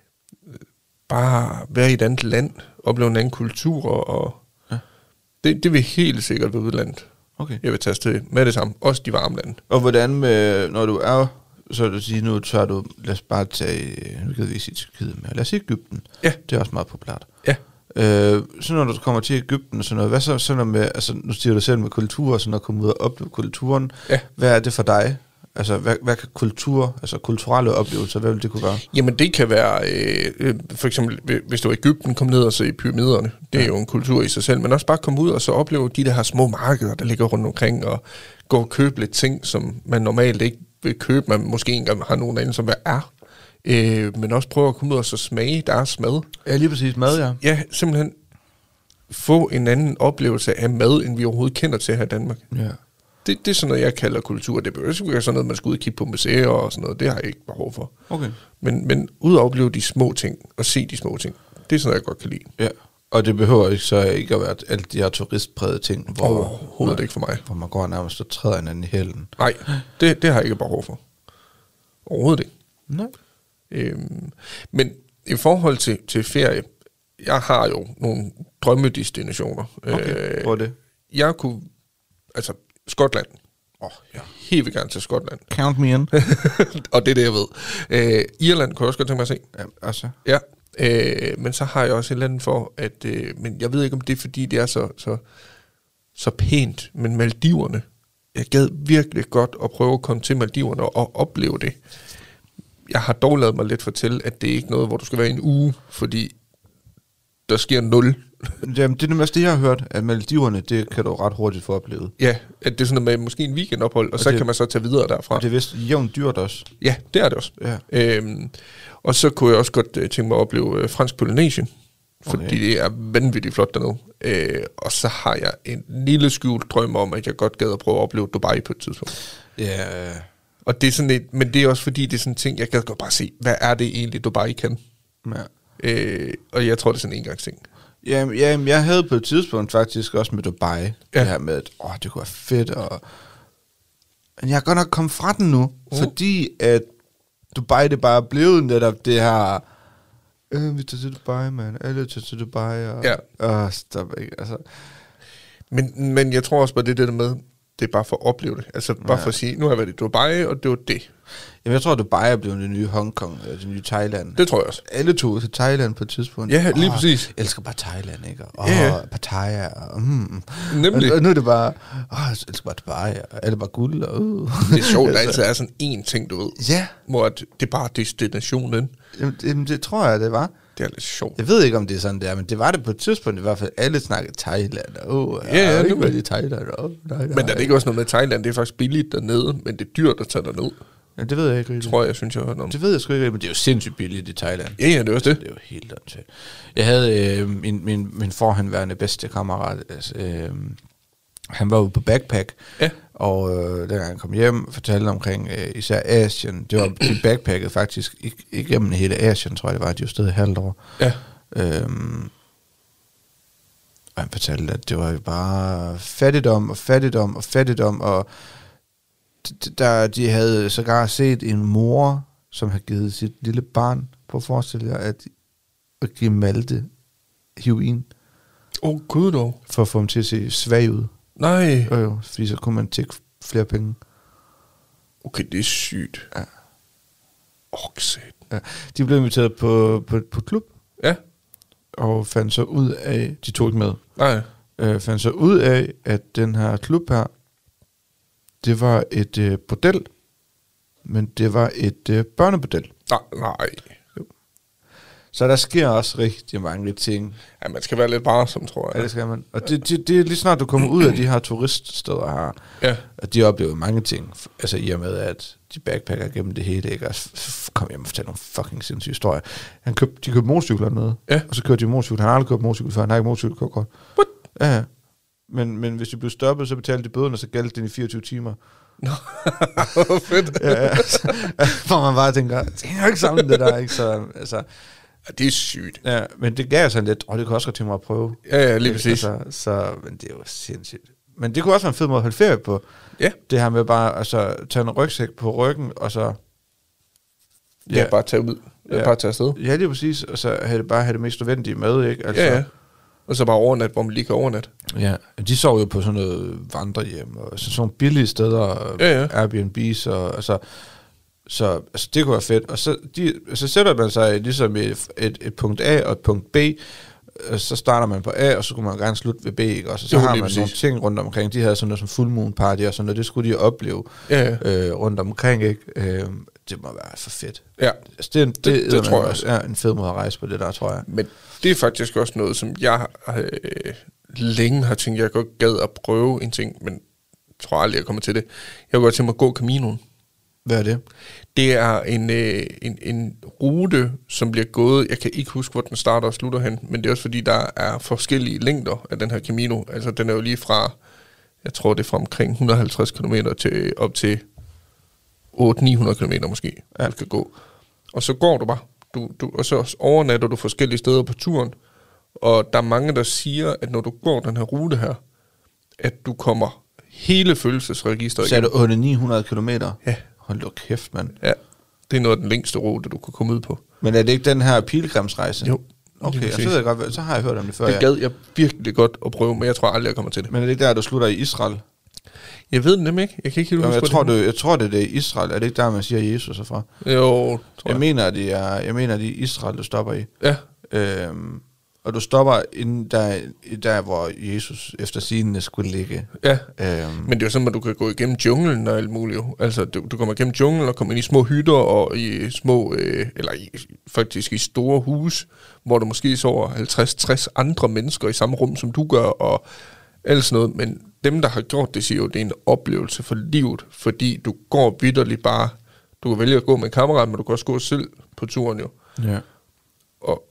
bare være i et andet land. Opleve en anden kultur. Og det vil helt sikkert være udlandet. Okay. Jeg vil tage til med det samme. Også de varme lande. Og hvordan med, når du er, så vil du sige, nu tør du, lad os bare tage, nu kan vi sige Tyrkiet med, lad os sige Egypten. Ja. Det er også meget populært. Ja. Så når du kommer til Egypten og sådan noget, hvad så sådan med, altså nu siger du selv med kultur, så når du kommer ud og opleve kulturen, hvad er det for dig? Altså, hvad kan kulturelle oplevelser, hvad vil det kunne være? Jamen, det kan være, for eksempel, hvis du er i Egypten, kom ned og se pyramiderne. Det er jo en kultur i sig selv, men også bare komme ud og så opleve de der her små markeder, der ligger rundt omkring, og gå og købe lidt ting, som man normalt ikke vil købe. Man måske ikke engang har nogen anden, som hvad er. Men også prøve at komme ud og så smage deres mad. Ja, lige præcis mad, ja. Ja, simpelthen få en anden oplevelse af mad, end vi overhovedet kender til her i Danmark. Ja. Det er sådan noget, jeg kalder kultur. Det behøver ikke være sådan noget, man skal ud og kigge på museer og sådan noget. Det har jeg ikke behov for. Okay. Men ud og opleve de små ting, og se de små ting. Det er sådan noget, jeg godt kan lide. Ja, og det behøver ikke så ikke at være alle de her turistprægede ting, hvor overhovedet ikke for mig. Hvor man går nærmest og træder hinanden i hælen. Nej, det har jeg ikke behov for. Overhovedet ikke. Nej. Men i forhold til ferie, jeg har jo nogle drømmedestinationer. Okay, hvor er det? Jeg kunne, altså Skotland. Jeg helt vil gerne til Skotland. Count me in. Og det er det, jeg ved. Irland kunne jeg også godt tænke mig at se. Ja, altså. Ja, men så har jeg også et eller andet for, at, men jeg ved ikke, om det er, fordi det er så pænt, men Maldiverne, jeg gad virkelig godt at prøve at komme til Maldiverne og opleve det. Jeg har dog lavet mig lidt fortælle, at det er ikke noget, hvor du skal være en uge, fordi der sker 0. Jamen, det er nemlig det, jeg har hørt, at Maldiverne, det kan du ret hurtigt få oplevet. Ja, at det er sådan noget med måske en weekendophold, og så kan man så tage videre derfra. Og det er vist jævnt dyrt også. Ja, det er det også. Ja. Og så kunne jeg også godt tænke mig at opleve fransk Polynesien. fordi det er vanvittigt flot dernede. Og så har jeg en lille skjult drøm om, at jeg godt gad at prøve at opleve Dubai på et tidspunkt. Ja. Og det er sådan et, men det er også fordi, det er sådan en ting, jeg gad godt bare se, hvad er det egentlig, Dubai kan? Ja. Og jeg tror, det er sådan en engangsting. Jamen, jeg havde på et tidspunkt faktisk også med Dubai, det her med, at det kunne være fedt, men jeg er godt nok kommet fra den nu, fordi at Dubai, det bare er blevet netop det her, vi tager til Dubai, man, alle tager til Dubai, og stop, ikke, altså. Men jeg tror også bare, det der med, det er bare for at opleve det. Altså bare for at sige, nu har jeg været i Dubai, og det var det. Jamen jeg tror, Dubai er blevet det nye Hongkong, det nye Thailand. Det tror jeg også. Alle tog til Thailand på et tidspunkt. Ja, lige præcis. Jeg elsker bare Thailand, ikke? Pattaya. Nemlig. Og nu er det bare, jeg elsker bare Dubai, og alle bare guld. Det er sjovt, der altid er sådan en ting, du ved. Ja. Hvor det er bare destinationen. Jamen det tror jeg, det var. Det er lidt sjovt. Jeg ved ikke, om det er sådan der, men det var det på et tidspunkt i hvert fald. Alle snakkede Thailand. Jeg har ikke været i Thailand. Nej. Men er det ikke også noget med Thailand? Det er faktisk billigt dernede, men det er dyrt at tage derned. Ja, det ved jeg ikke rigtig. Tror jeg, synes jeg har hørt om. Det ved jeg sgu ikke, men det er jo sindssygt billigt i Thailand. Ja, det er også det. Det er jo helt åndssvagt. Jeg havde min forhenværende bedste kammerat, han var ude på backpack, og dengang han kom hjem, fortalte omkring især Asien. Det var de backpacket faktisk igennem hele Asien, tror jeg det var. De var stadig halvt år. Ja. Og han fortalte, at det var jo bare fattigdom, og der de havde sågar set en mor, som havde givet sit lille barn, på at forestille jer, at give Malte heroin. Gud dog. For at få ham til at se svag ud. Nej. Jo, fordi så kunne man tække flere penge. Okay, det er sygt. Ja. Ja. De blev inviteret på klub. Ja. Og fandt så ud af, de tog ikke med. Nej. Fandt så ud af, at den her klub her, det var et bordel, men det var et børnebordel. Nej. Så der sker også rigtig mange ting. Ja, man skal være lidt varsom, tror jeg. Ja, det skal man. Og det er lige snart, du kommer ud af de her turiststeder her, at de oplever mange ting. Altså i og med, at de backpacker gennem det hele, ikke? Og kom hjem og fortælle nogle fucking sindssyge historier. De købte motorcykler med, og så kørte de motorcykler. Han har aldrig købt motorcykler, for han har ikke motorcykelkort. What? Ja. Men hvis de blev stoppet, så betalte de bøden, og så galt den i 24 timer. Nå, fedt. For man bare tænker, det hænger ikke sammen det der, ikke? Så, altså, ja, det er sygt. Ja, men det gav sådan lidt, det kan også godt tænke mig at prøve. Ja, lige præcis. Altså, men det er jo sindssygt. Men det kunne også være en fed måde at holde ferie på. Ja. Det her med bare tage en rygsæk på ryggen, og så... Ja, bare tage ud. Bare tage afsted. Ja, lige præcis. Og så have det mest nødvendige med, ikke? Altså, ja. Og så bare overnat, hvor man lige kan overnat. Ja, de sov jo på sådan noget vandrehjem, og sådan nogle billige steder, Airbnb's, og så det kunne være fedt. Og så sætter man sig ligesom et punkt A og et punkt B, så starter man på A, og så kunne man gerne slutte ved B, ikke? Og så har man nogle ting rundt omkring. De havde sådan noget som full moon party, og sådan noget, det skulle de opleve rundt omkring, ikke? Det må være for fedt. Ja, altså, det tror jeg også. Ja, en fed måde at rejse på det der, tror jeg. Men det er faktisk også noget, som jeg længe har tænkt, jeg godt gad at prøve en ting, men tror aldrig, jeg kommer til det. Jeg vil godt tænke mig at gå Caminoen. Hvad er det? Det er en rute, som bliver gået, jeg kan ikke huske, hvor den starter og slutter hen, men det er også fordi, der er forskellige længder af den her Camino. Altså den er jo lige fra, jeg tror det er fra omkring 150 km til op til 800-900 km måske, du skal gå. Og så går du bare, og så overnatter du forskellige steder på turen, og der er mange, der siger, at når du går den her rute her, at du kommer hele følelsesregisteret igennem. Så er det 900 km? Ja. Hold da kæft, mand. Ja, det er noget af den længste rute, du kan komme ud på. Men er det ikke den her pilgrimsrejse? Jo. Okay, så ved jeg godt, så har jeg hørt om det før. Det gad jeg virkelig godt at prøve, men jeg tror aldrig, jeg kommer til det. Men er det ikke der, du slutter i Israel? Jeg ved det nemlig ikke. Jeg kan ikke helt huske, jeg tror, det er i Israel. Er det ikke der, man siger Jesus er fra? Jo, tror jeg. Jeg mener, det er Israel, du stopper i. Ja. Og du stopper der, hvor Jesus efter sigende skulle ligge. Ja, men det er jo sådan, at du kan gå igennem junglen og alt muligt. Altså, du kommer igennem junglen og kommer ind i små hytter og i små, faktisk i store huse, hvor du måske sover 50-60 andre mennesker i samme rum, som du gør, og alt sådan noget. Men dem, der har gjort det, siger jo, det er en oplevelse for livet, fordi du går vitterligt bare, du kan vælge at gå med en kammerat, men du kan også gå selv på turen jo. Ja.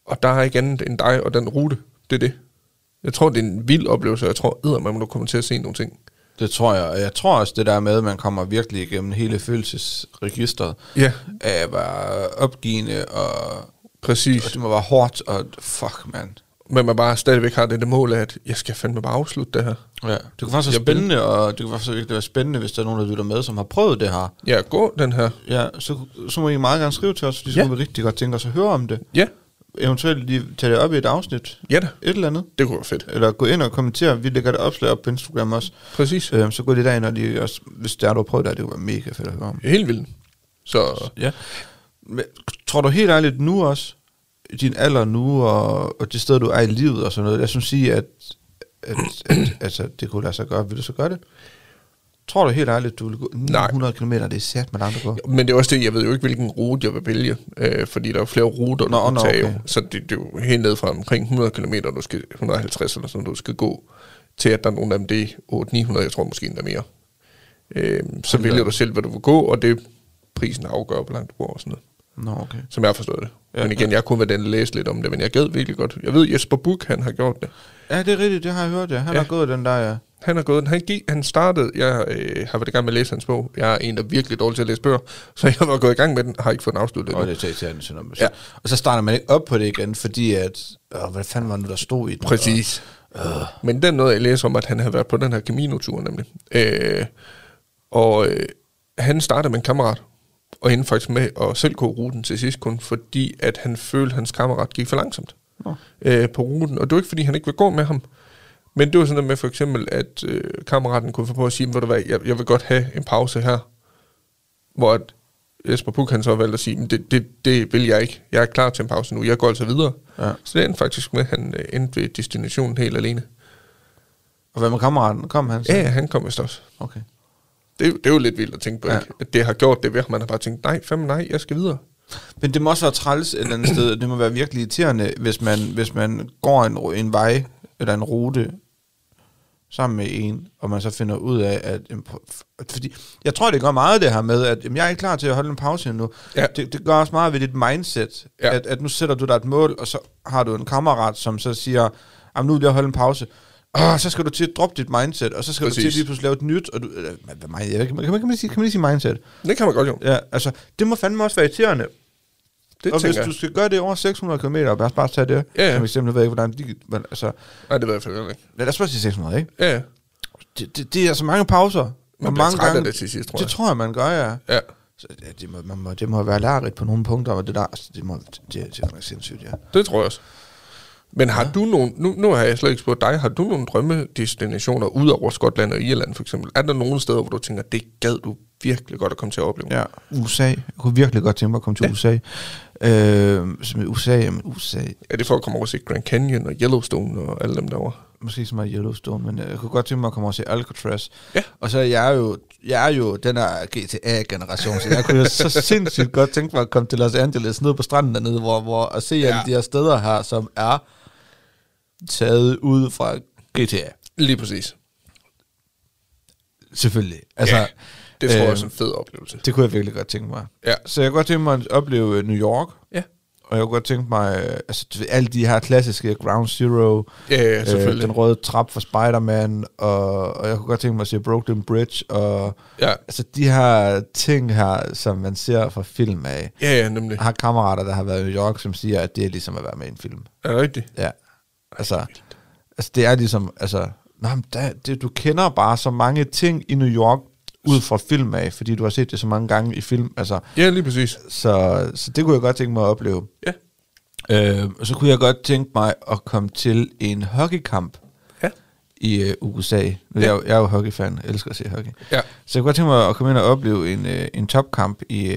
Og der er ikke andet end dig og den rute. Det er det. Jeg tror, det er en vild oplevelse, og jeg tror, man må komme til at se nogle ting. Det tror jeg. Og jeg tror også, det der med, at man kommer virkelig igennem hele følelsesregistret. Ja. Af at være opgivende, og præcis. Og det må være hårdt, og fuck, man. Men man bare stadigvæk har det mål af, at jeg skal fandme bare afslutte det her. Ja, det kunne faktisk være spændende, og det kunne faktisk virkelig være spændende, hvis der er nogen, der lytter med, som har prøvet det her. Ja, gå den her. Ja, så må I meget gerne skrive til os, fordi så kunne vi rigtig godt tænke os at høre om det. Ja. Eventuelt lige tage det op i et afsnit. Ja da. Et eller andet. Det kunne være fedt. Eller gå ind og kommentere. Vi lægger det opslag op på Instagram også. Præcis. Så gå det derind, og de også, hvis der er, du har prøvet det, det kunne være mega fedt at høre om. Helt vildt. Så ja. Men, tror du helt ærligt nu også, i din alder nu, og det sted, du er i livet og sådan noget, jeg synes sige, at altså, det kunne lade sig gøre. Vil du så gøre det? Tror du helt ærligt, du vil gå 900 km, det er sat med langt at gå? Men det er også det, jeg ved jo ikke, hvilken rute jeg vil vælge, fordi der er flere ruter, du kan tage. Okay. Så det er jo helt ned fra omkring 100 km, du skal 150 eller sådan, du skal gå, til at der er nogle af dem, det er 800-900, jeg tror måske endda mere. Så vælger du selv, hvad du vil gå, og det prisen afgør, hvor langt du går og sådan noget. Nå, okay. Som jeg har forstået det. Ja, men igen, jeg kunne være den læse lidt om det, men jeg gad virkelig godt. Jeg ved, Jesper Buch, han har gjort det. Ja, det er rigtigt, det har jeg hørt, ja. Han har gået den der, ja. Han har gået den. Han startede, jeg har været i gang med at læse hans bog. Jeg er en, der er virkelig dårlig til at læse bøger, så jeg var gået i gang med den, har ikke fået den afsluttet. Og det er til ja. Og så starter man ikke op på det igen, fordi at, hvad fanden var det, der stod i den? Præcis. Men den noget, jeg læser om, at han havde været på den her Camino-tur nemlig. Han startede med en kammerat, og endte faktisk med at selv gå ruten til sidst kun, fordi at han følte, at hans kammerat gik for langsomt på ruten. Og det var ikke, fordi han ikke ville gå med ham. Men det var sådan noget med for eksempel, at kammeraten kunne få på at sige, jeg vil godt have en pause her. Hvor at Jesper Buch, han så valgte at sige, det vil jeg ikke. Jeg er klar til en pause nu. Jeg går altså videre. Ja. Så det endte faktisk med, at han endte ved destinationen helt alene. Og hvad med kammeraten? Kom han så? Ja, han kom vist også. Okay. Det er jo lidt vildt at tænke på, at det har gjort det ved, at man har bare tænkt, nej, jeg skal videre. Men det må også være træls et eller andet sted. Det må være virkelig irriterende, hvis man går en vej, eller en rute, sammen med en, og man så finder ud af, at fordi jeg tror, det gør meget det her med, at jeg er ikke klar til at holde en pause endnu. Ja. Det gør også meget ved dit mindset, at nu sætter du dig et mål, og så har du en kammerat, som så siger, nu vil jeg holde en pause. Så skal du til at droppe dit mindset, og så skal du til at lige pludselig lave et nyt, og du, kan man lige sige mindset? Det kan man godt jo. Ja, altså, det må fandme også være irriterende. Og hvis du skal gøre det over 600 km, og bare tage det, som eksempel, ved ikke, hvordan men altså... Nej, det ved jeg faktisk ikke. Lad os bare sige 600, ikke? Ja. Det er altså mange pauser. Man bliver træt af det til sidst, tror jeg. Det tror jeg, man gør, ja. Så det må være lærerigt på nogle punkter, og det der, altså, det er sindssygt, ja. Det tror jeg også. Men har du nogen, nu har jeg slet ikke spurgt dig, har du nogle drømmedestinationer ud over Skotland og Irland for eksempel? Er der nogle steder, hvor du tænker, det gad du virkelig godt at komme til at opleve? Ja, USA. Jeg kunne virkelig godt tænke mig at komme til USA. Som USA. Er det for at komme over og se Grand Canyon og Yellowstone og alle dem derovre? Måske så meget Yellowstone, men jeg kunne godt tænke mig at komme over og se Alcatraz. Ja. Og så jeg er jo den her GTA-generation, så jeg kunne jo så sindssygt godt tænke mig at komme til Los Angeles, ned på stranden dernede, hvor at se alle de her steder her, som er taget ud fra GTA. Lige præcis. Selvfølgelig. Altså, det tror jeg er en fed oplevelse. Det kunne jeg virkelig godt tænke mig. Ja. Så jeg kunne godt tænke mig at opleve New York. Ja. Og jeg kunne godt tænke mig, altså alle de her klassiske Ground Zero, selvfølgelig. Den røde trap fra Spider-Man, og jeg kunne godt tænke mig at se Brooklyn Bridge, og altså de her ting her, som man ser fra film af. Ja, nemlig. Jeg har kammerater, der har været i New York, som siger, at det er ligesom at være med i en film. Er det rigtigt? Ja. Altså det er ligesom, altså, du kender bare så mange ting i New York, ud fra film af, fordi du har set det så mange gange i film. Altså, ja, lige præcis. Så det kunne jeg godt tænke mig at opleve. Ja. Så kunne jeg godt tænke mig at komme til en hockeykamp i USA. Jeg er jo hockeyfan, jeg elsker at se hockey. Ja. Så jeg kunne godt tænke mig at komme ind og opleve en topkamp i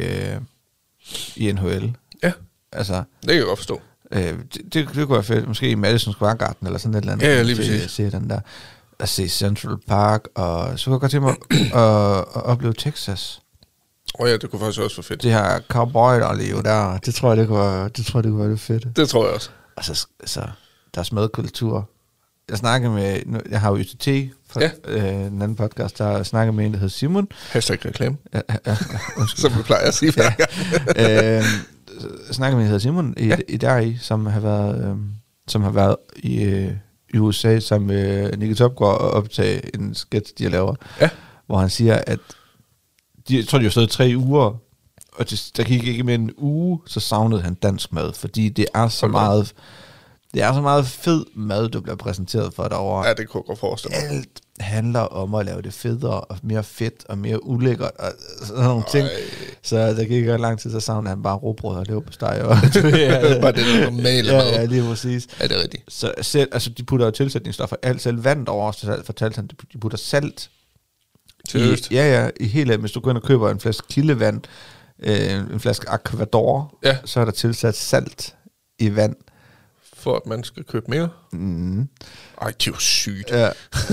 NHL. Ja, altså, det kan jeg godt forstå. Det kunne være fedt. Måske i Madison Square Garden eller sådan et eller andet. Ja, lige præcis. Se den der. At se Central Park, og så kunne jeg godt tænke mig at opleve Texas. Ja, det kunne faktisk også være fedt. Det her cowboy, der lever der, det tror jeg, det kunne være lidt fedt. Det tror jeg også. Altså deres madkultur. Jeg snakker med, jeg har jo YTT for en anden podcast, der snakker med en, der hedder Simon. #reklame. Ja, som vi plejer at sige. snakkede med Simon i deri, som har været i USA sammen med Nicky Topgaard og optage en sketch, de laver, hvor han siger, at jeg tror, de har stået 3 uger, og der gik ikke mere end en uge, så savnede han dansk mad, fordi det er så meget... Det er så meget fed mad, du bliver præsenteret for derovre. Ja, det kunne jeg godt forestille mig. Alt handler om at lave det federe, og mere fedt, og mere ulækkert, og sådan nogle ting. Så der gik ikke lang tid, så savnede han bare rugbrød og leverpostej. Bare det normale mad. Ja, lige præcis. Ja, det er rigtigt. Så selv, altså, de putter jo tilsætningsstoffer, alt selv vand over, så fortalte han, de putter salt. Seriøst? I hele, hvis du går ind og køber en flaske kildevand, en flaske Aquador, så er der tilsat salt i vand. For at man skal købe mere? Mm. Ej, det er jo sygt. Ja.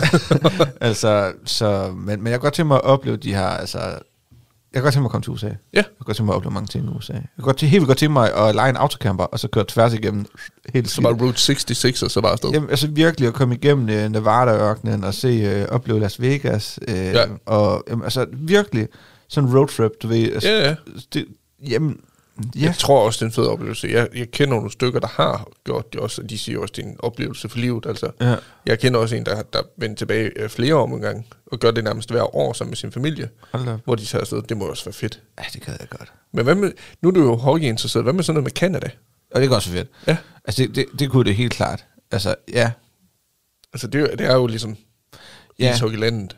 Men jeg kan godt tænke mig at opleve de her, altså... Jeg kan godt tænke mig at komme til USA. Ja. Jeg kan godt tænke mig at opleve mange ting i USA. Jeg kan helt godt tænke mig at lege en autocamper, og så køre tværs igennem helt... Så bare Route 66, og så bare afsted. Jamen, altså virkelig at komme igennem Nevada-ørkenen, og opleve Las Vegas. Og altså virkelig sådan en roadtrip, du ved. Altså, ja. Jeg tror også, det er en fed oplevelse. Jeg kender nogle stykker, der har gjort det også, og de siger også, det er en oplevelse for livet. Altså. Ja. Jeg kender også en, der vendte tilbage flere år en gang, og gør det nærmest hver år sammen med sin familie, hvor de tager afsted. Det må også være fedt. Ja, det kan jeg godt. Men hvad med, nu er du jo hockeyinteresseret. Hvad med sådan noget med Canada? Og det er også fedt. Ja. Altså, det kunne det helt klart. Altså, ja. Altså, det er jo ligesom ishockeylandet.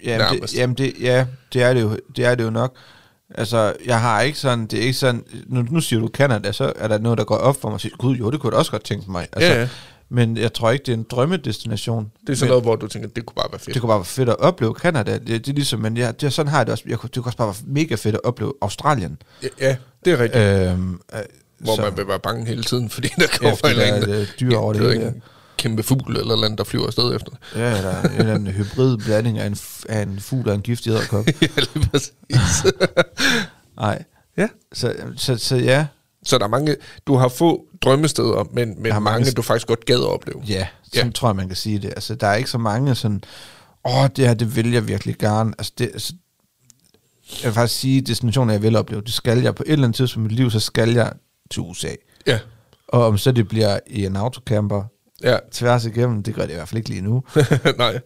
Det er det jo nok. Altså, jeg har ikke sådan, det er ikke sådan, nu siger du Canada, så er der noget, der går op for mig og siger, gud jo, det kunne jeg også godt tænke mig. Altså, men jeg tror ikke, det er en drømmedestination. Det er sådan noget, hvor du tænker, det kunne bare være fedt. Det kunne bare være fedt at opleve Canada. Det er ligesom, men sådan har jeg det også. Det kunne også bare være mega fedt at opleve Australien. Ja, det er rigtigt. Hvor man vil være bange hele tiden, fordi der kommer en eller anden dyr over det. Kæmpe fugl eller andet, der flyver afsted efter. Ja, der er en eller anden hybrid blanding af en fugl og en giftig edderkop. Ja, lige præcis. Nej. Ja. Så ja. Så der er mange, du har få drømmesteder, men mange, du faktisk godt gad at opleve. Ja, sådan tror jeg, man kan sige det. Altså, der er ikke så mange sådan, det her, det vil jeg virkelig gerne. Altså, jeg vil faktisk sige, destinationer, jeg vil opleve, det skal jeg på et eller andet tidspunkt i mit liv, så skal jeg til USA. Ja. Og om så det bliver i en autocamper, tværs igennem, det gør det i hvert fald ikke lige nu. Nej.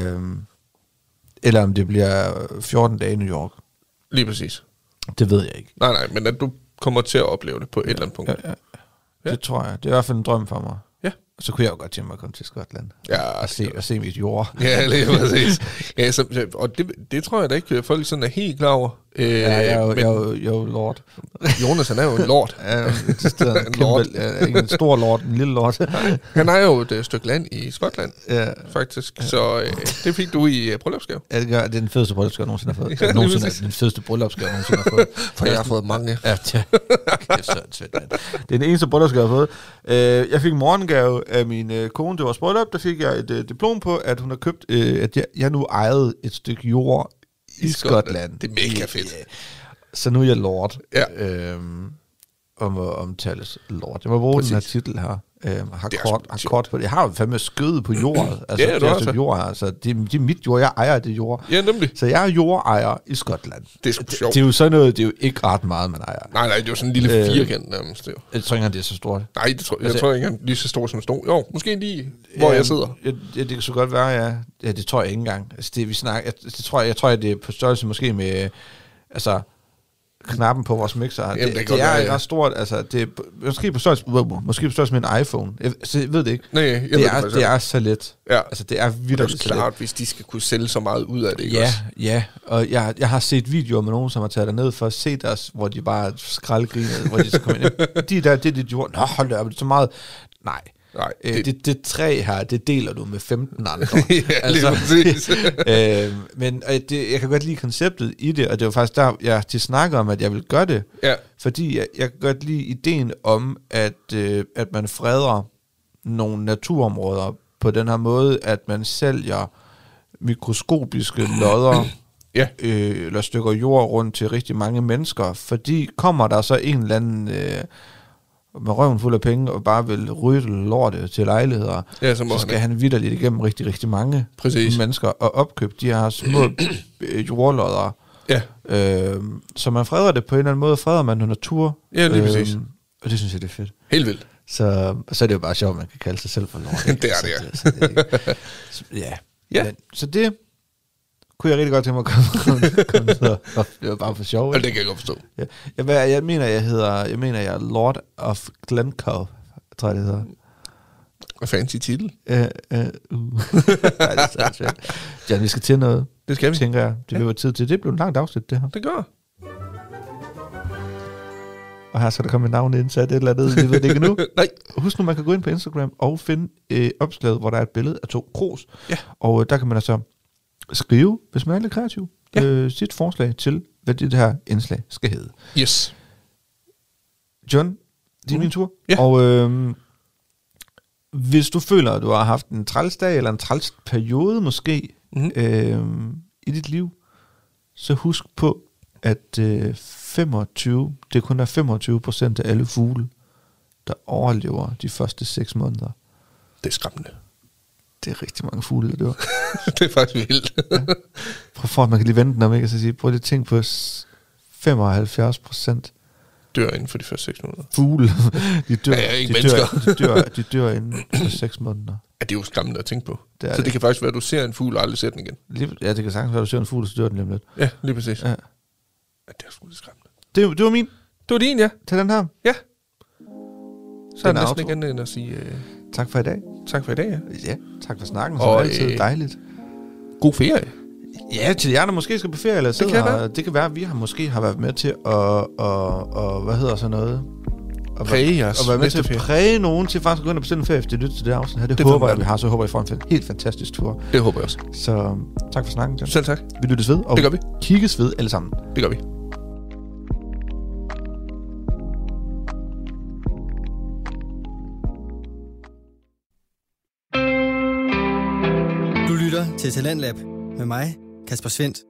Eller om det bliver 14 dage i New York. Lige præcis. Det ved jeg ikke. Nej, men at du kommer til at opleve det på et eller andet punkt. Ja. Det tror jeg. Det er i hvert fald en drøm for mig. Ja. Og så kunne jeg jo godt tænke mig at komme til Skotland. Ja. Og se mit jord. Ja, lige præcis. Ja, og det tror jeg da ikke, folk sådan er helt klar over. Jeg er jo lord. Jonas, han er jo en lord. Ikke en stor lord, en lille lord. Han er jo et stykke land i Skotland, faktisk. Så det fik du i bryllupsgave. Ja, det er den fedeste bryllupsgave, jeg nogensinde har fået. Den fedeste bryllupsgave, jeg nogensinde har fået. For jeg har fået mange. Ja, det er den eneste bryllupsgave, jeg har fået. Jeg fik en morgengave af min kone til vores bryllup. Der fik jeg et diplom på, at hun har købt, at jeg nu ejede et stykke jord i Skotland. Det er mega fedt. Så nu er jeg lord. Ja. Omtales lord. Jeg må bruge den her titel her. Har kort på det. Jeg har jo fandme skødet på jordet. Altså, det er et jord her. Altså, det er mit jord. Jeg ejer det jord. Ja, nemlig. Så jeg er jordejer i Skotland. Det er sgu sjovt. Det er jo sådan noget, det er jo ikke ret meget, man ejer. Nej, det er jo sådan en lille firkant nærmest. Jeg tror ikke engang, det er så stort. Nej, jeg tror ikke engang, lige så stort som stort. Jo, måske lige, hvor jeg sidder. Det kan så godt være, ja. Ja, det tror jeg ikke engang. Altså, det vi snakker, jeg tror, at det er på størrelse måske med, altså, knappen på vores mixer. Jamen, det er ret stort. Altså, det er måske på størrelse med en iPhone. Jeg ved det ikke. Nej, det er så let. Ja. Altså, det er vildt så klart, hvis de skal kunne sælge så meget ud af det. Ikke også? Ja. Og jeg har set videoer med nogen, som har taget derned for at se deres, hvor de bare skraldgrinede, hvor de så kommer ind. Det er dit jord. Nå, hold da op, det er så meget. Nej. Det træ her, det deler du med 15 andre. Ja, altså, præcis. Men jeg kan godt lide konceptet i det, og det var faktisk der, jeg til snakker om, at jeg vil gøre det. Ja. Fordi jeg kan godt lide ideen om, at man freder nogle naturområder på den her måde, at man sælger mikroskopiske lodder eller stykker jord rundt til rigtig mange mennesker. Fordi kommer der så en eller anden... med røven fuld af penge, og bare vil ryge lortet til lejligheder, så skal han vitterligt igennem rigtig, rigtig mange mennesker, og opkøbe de her små jordlodder, Ja. Så man freder det på en eller anden måde, freder man noget natur. Ja, lige præcis. Og det synes jeg, det er fedt. Helt vildt. Så er det jo bare sjovt, man kan kalde sig selv for lort. Det er det, ja. Ja. Men, så det kunne jeg rigtig godt tænke mig at komme så. Det var bare for sjov. Og det kan jeg godt forstå. Ja. Jeg mener, jeg er Lord of Glencoe, tror jeg, det hedder. Fancy titel. Nej, det er svært. Ja, vi skal til noget. Det skal vi. Tænker jeg. Det bliver tid til. Det blev en langt afsnit, det her. Det gør. Og her skal der komme et navn indsat, et eller andet, vi ved det ikke nu. Nej. Husk nu, man kan gå ind på Instagram og finde opslaget, hvor der er et billede af 2 krus. Ja. Og der kan man altså skrive, hvis man er lidt kreativ, sit forslag til, hvad det her indslag skal hedde. Yes. John, det er min tur. Ja. Og hvis du føler, at du har haft en træls dag, eller en træls periode måske, i dit liv, så husk på, at det kun er 25% af alle fugle, der overlever de første 6 måneder. Det er skræmmende. Det er rigtig mange fugle, der dør. Det er faktisk vildt. Ja. Prøv for, at man kan lige vente den om, ikke? Og så sige, prøv lige at tænke på 75% dør inden for de første 6 måneder. Fugle. De dør inden for 6 måneder. Ja, det er jo skræmmende at tænke på. Det kan faktisk være, at du ser en fugl og aldrig ser den igen. Ja, det kan sagtens være, at du ser en fugl, så dør den lige om lidt. Ja, lige præcis. Ja. Ja, det er sgu lidt skræmmende. Det var min. Det var din, ja. Til den her. Ja. Så er det næsten outro. ikke andet end at sige tak for i dag. Tak for i dag, ja. Ja, tak for snakken. Og altid dejligt. God ferie. Ja, til jer, der måske skal på ferie eller sidder. Det kan være, at vi måske har været med til at hvad hedder så noget? Præge jeres. Og være med til at præge nogen til faktisk at gå ind og bestille en ferie, efter de lytter til det afsnit her. Det håber jeg, vi har. Så håber jeg, får en helt fantastisk tur. Det håber jeg også. Så tak for snakken, John. Selv tak. Vi lyttes ved, og det gør vi. Kigges ved alle sammen. Det gør vi. Du lytter til Talentlab med mig, Kasper Svendt.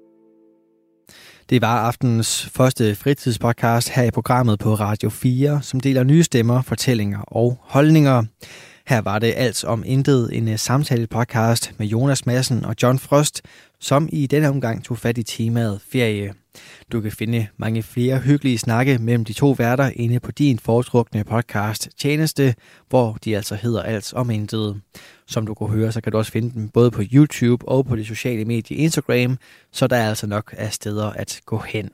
Det var aftenens første fritidspodcast her i programmet på Radio 4, som deler nye stemmer, fortællinger og holdninger. Her var det alt om intet, en samtale-podcast med Jonas Madsen og John Frost, som i denne omgang tog fat i temaet ferie. Du kan finde mange flere hyggelige snakke mellem de 2 værter inde på din foretrukne podcast tjeneste, hvor de altså hedder alt om intet. Som du kunne høre, så kan du også finde dem både på YouTube og på det sociale medie Instagram, så der er altså nok af steder at gå hen.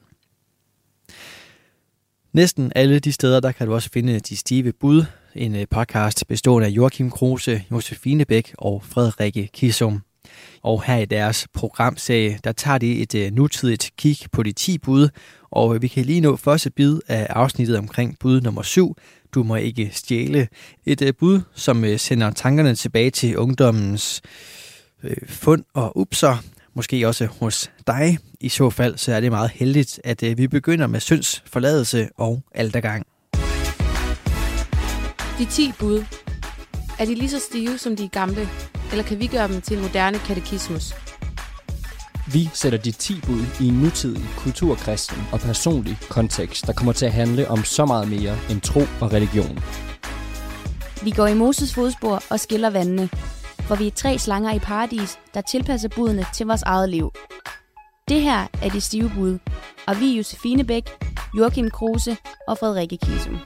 Næsten alle de steder, der kan du også finde De Stive Bud, en podcast bestående af Joachim Kruse, Josefine Bæk og Frederikke Kissum. Og her i deres programserie, der tager de et nutidigt kig på de 10 bud, og vi kan lige nå første bid af afsnittet omkring bud nummer 7, Du må ikke stjæle. Et bud, som sender tankerne tilbage til ungdommens fund og upser, måske også hos dig. I så fald så er det meget heldigt, at vi begynder med synds forladelse og altergang. De 10 bud. Er de lige så stive som de gamle, eller kan vi gøre dem til en moderne katekismus? Vi sætter de 10 bud i en nutidig, kulturkristen og personlig kontekst, der kommer til at handle om så meget mere end tro og religion. Vi går i Moses fodspor og skiller vandene, for vi er 3 slanger i paradis, der tilpasser budene til vores eget liv. Det her er de stive bud, og vi er Josefine Bæk, Joachim Kruse og Frederikke Kissum.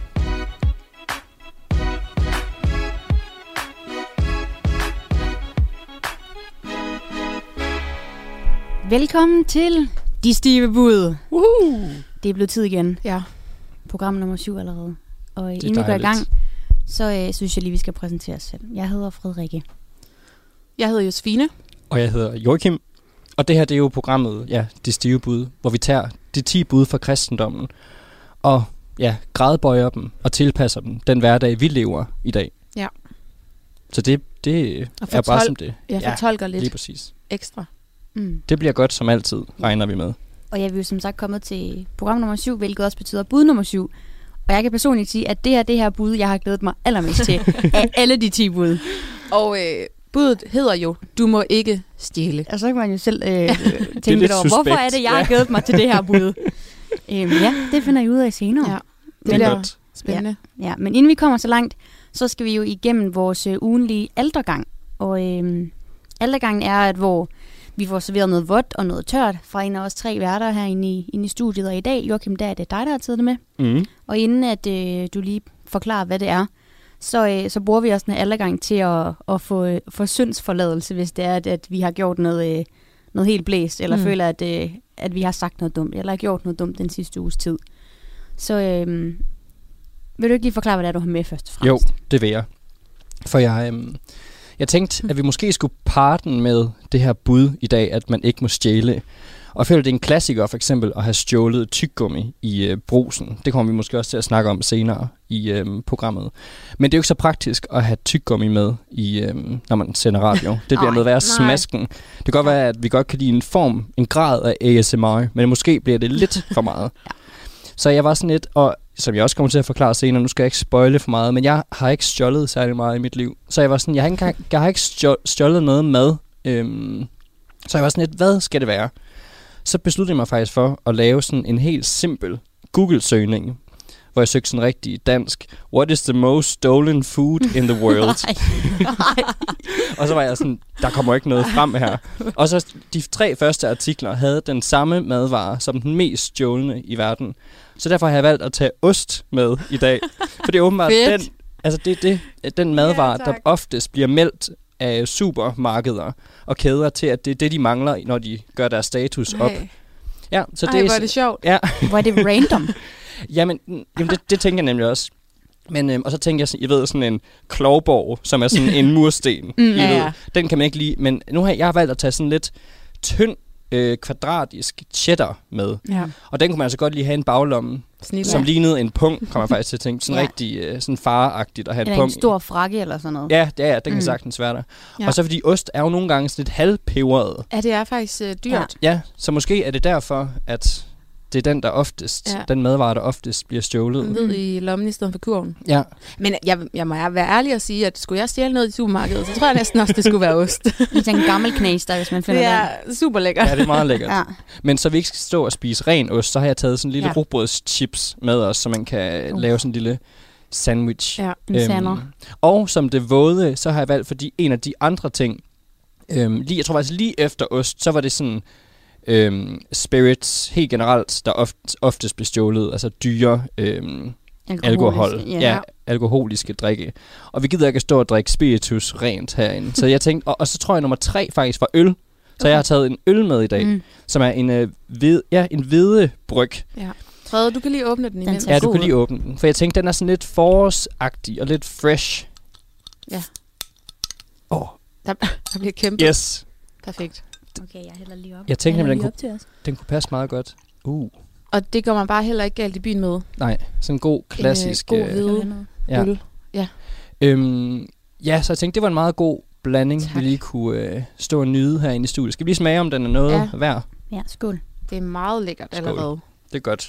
Velkommen til De Stive Bud. Det er blevet tid igen. Ja. Program nummer 7 allerede. Og inden vi går i gang, så synes jeg lige, vi skal præsentere os selv. Jeg hedder Frederikke. Jeg hedder Josefine. Og jeg hedder Joachim. Og det her, det er jo programmet, ja, De Stive Bud, hvor vi tager de 10 bud fra kristendommen og gradbøjer dem og tilpasser dem den hverdag, vi lever i dag. Ja. Så det er bare som det. Jeg fortolker lidt lige præcis. Ekstra. Det bliver godt som altid, regner vi med. Og jeg vil jo som sagt komme til program nummer 7, hvilket også betyder bud nummer 7. Og jeg kan personligt sige, at det her bud, jeg har glædet mig allermest til af alle de 10 bud. Og budet hedder jo, du må ikke stjæle. Og så kan man jo selv tænke lidt over, hvorfor er det, jeg har glædet mig til det her bud? Det finder I ud af senere. Ja, det bliver godt. Spændende. Ja, men inden vi kommer så langt, så skal vi jo igennem vores ugenlige altergang. Og altergangen er, at hvor Vi får serveret noget vådt og noget tørt fra en af os 3 værter herinde i studiet. Og i dag, Joachim, der er det dig, der har taget det med. Mm. Og inden at du lige forklarer, hvad det er, så bruger vi også den her aldergang til at få syndsforladelse, hvis det er, at vi har gjort noget helt blæst, eller føler, at vi har sagt noget dumt, eller har gjort noget dumt den sidste uges tid. Så vil du ikke lige forklare, hvad det er, du har med først og fremmest? Jo, det vil jeg. For jeg tænkte, at vi måske skulle parten med det her bud i dag, at man ikke må stjæle. Og jeg føler, det er en klassiker for eksempel at have stjålet tyggegummi i brusen. Det kommer vi måske også til at snakke om senere i programmet. Men det er jo ikke så praktisk at have tyggegummi med, når man sender radio. Det bliver noget værre smasken. Det kan godt være, at vi godt kan lide en grad af ASMR, men måske bliver det lidt for meget. Så jeg var sådan lidt, og som jeg også kommer til at forklare senere, nu skal jeg ikke spoile for meget, men jeg har ikke stjålet særlig meget i mit liv. Så jeg var sådan, jeg har ikke stjålet noget mad. Så jeg var sådan lidt, hvad skal det være? Så besluttede jeg mig faktisk for at lave sådan en helt simpel Google-søgning, hvor jeg søgte sådan rigtig dansk, what is the most stolen food in the world? Og så var jeg sådan, der kommer ikke noget frem her. Og så de 3 første artikler havde den samme madvare som den mest stjålne i verden. Så derfor har jeg valgt at tage ost med i dag. For det er åbenbart den madvare, der oftest bliver meldt af supermarkeder og kæder til, at det er det, de mangler, når de gør deres status op. Ja, så hvor er det sjovt. Ja. Hvor er det random. Jamen det tænker jeg nemlig også. Men, og så tænker jeg, jeg ved, sådan en klovborg, som er sådan en mursten. Den kan man ikke lide. Men nu har jeg valgt at tage sådan lidt tynd, kvadratisk cheddar med. Ja. Og den kunne man altså godt lige have en baglomme, som lignede en pung, kommer jeg faktisk til at tænke. Sådan rigtig sådan faragtigt at have en pung. En stor frakke eller sådan noget. Ja, den kan sagtens være der. Ja. Og så fordi ost er jo nogle gange sådan lidt halvpeberet. Ja, det er faktisk dyrt. Ja, så måske er det derfor, at det er den, der oftest, den madvare, der oftest bliver stjålet. Ned i lommen i stedet for kurven. Ja. Men jeg må være ærlig og sige, at skulle jeg stjæle noget i supermarkedet, så tror jeg næsten også, det skulle være ost. Det er en gammel knæs, der hvis man finder den. Det er super lækkert. Ja, det er meget lækkert. Ja. Men så vi ikke skal stå og spise ren ost, så har jeg taget sådan en lille rugbrødschips med os, så man kan lave sådan en lille sandwich. Ja, en sander. Og som det våde, så har jeg valgt, fordi en af de andre ting, jeg tror faktisk lige efter ost, så var det sådan spirits helt generelt, der oftest bliver stjålet, altså dyre alkoholiske drikke. Og vi gider ikke at stå og drikke spiritus rent herinde. Så jeg tænkte, og så tror jeg nummer 3 faktisk var øl. Så jeg har taget en øl med i dag, som er en hvedebryg. Ja. Frede, du kan lige åbne den imens. Ja, du kan lige åbne den. For jeg tænkte, den er sådan lidt forårsagtig og lidt fresh. Ja. Der bliver kæmpe. Yes. Perfekt. Okay, jeg hælder lige op. Jeg tænkte nemlig, den kunne passe meget godt. Og det går man bare heller ikke galt i byen med. Nej, sådan en god klassisk god hvide øl. Ja. Så jeg tænkte, det var en meget god blanding, vi lige kunne stå og nyde herinde i studiet. Skal vi lige smage, om den er noget værd? Ja, skål. Det er meget lækkert allerede. Det er godt.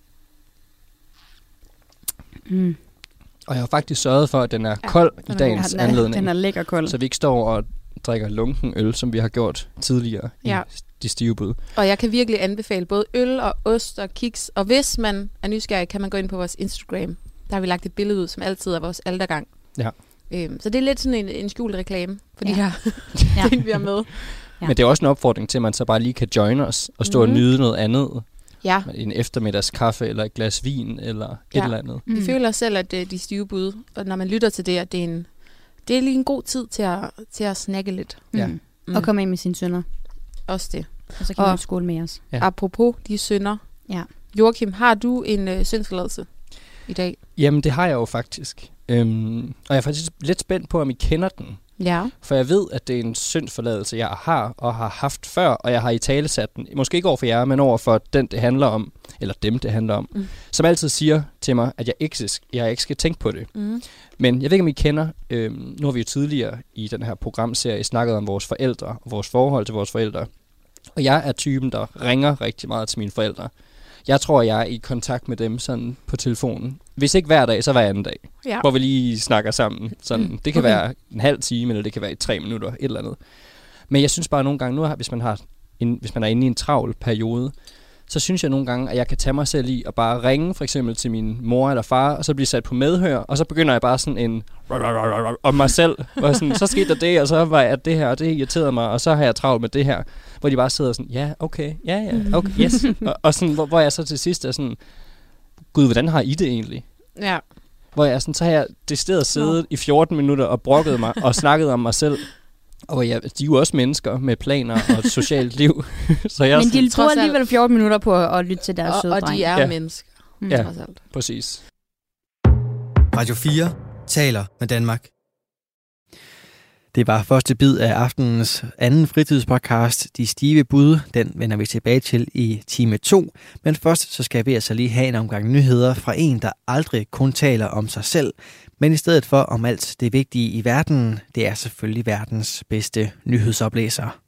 Og jeg har faktisk sørget for, at den er kold i dagens anledning. Den er lækker kold. Så vi ikke står og drikker lunken øl, som vi har gjort tidligere i de stive bud. Og jeg kan virkelig anbefale både øl og ost og kiks. Og hvis man er nysgerrig, kan man gå ind på vores Instagram. Der har vi lagt et billede ud, som altid er vores aldergang. Ja. Så det er lidt sådan en skjult reklame for de her ting, vi har med. Ja. Men det er også en opfordring til, at man så bare lige kan joine os og stå og nyde noget andet. Ja. En eftermiddagskaffe eller et glas vin eller et eller andet. Vi føler selv, at de stive bud, og når man lytter til det, at det er lige en god tid til at snakke lidt. Ja. Og komme ind med sine sønner. Også det. Og så kan man skole med os. Ja. Apropos de sønner. Ja. Joachim, har du en syndsforladelse i dag? Jamen, det har jeg jo faktisk. Og jeg er faktisk lidt spændt på, om I kender den. Ja. For jeg ved, at det er en syndsforladelse, jeg har og har haft før, og jeg har italesat den. Måske ikke over for jer, men over for den, det handler om, eller dem, det handler om. Som altid siger til mig, at jeg ikke skal tænke på det. Men jeg ved ikke, om I kender, nu har vi jo tidligere i den her programserie snakket om vores forældre, og vores forhold til vores forældre. Og jeg er typen, der ringer rigtig meget til mine forældre. Jeg tror, jeg er i kontakt med dem sådan på telefonen. Hvis ikke hver dag, så hver anden dag. Ja. Hvor vi lige snakker sammen. Sådan, det kan være en halv time, eller det kan være i 3 minutter, et eller andet. Men jeg synes bare nogle gange, hvis man er inde i en travl periode, så synes jeg nogle gange, at jeg kan tage mig selv i at bare ringe for eksempel til min mor eller far, og så blive sat på medhør, og så begynder jeg bare sådan en om mig selv, hvor sådan, så skete der det, og så var jeg det her, og det irriterede mig, og så har jeg travlt med det her, hvor de bare sidder sådan, ja, okay, okay, yes, og sådan, hvor jeg så til sidst er sådan, gud, hvordan har I det egentlig? Ja. Hvor jeg sådan, så har jeg decideret siddet i 14 minutter og brokket mig og snakket om mig selv. Og de er jo også mennesker med planer og et socialt liv. Så jeg men de bruger alligevel 14 minutter på at lytte til deres søde dreng. Og de er mennesker. Ja, præcis. Radio 4 taler med Danmark. Det var første bid af aftenens anden fritidspodcast, De Stive Bud. Den vender vi tilbage til i time 2. Men først så skal vi altså lige have en omgang nyheder fra en, der aldrig kun taler om sig selv, men i stedet for om alt det vigtige i verden. Det er selvfølgelig verdens bedste nyhedsoplæser.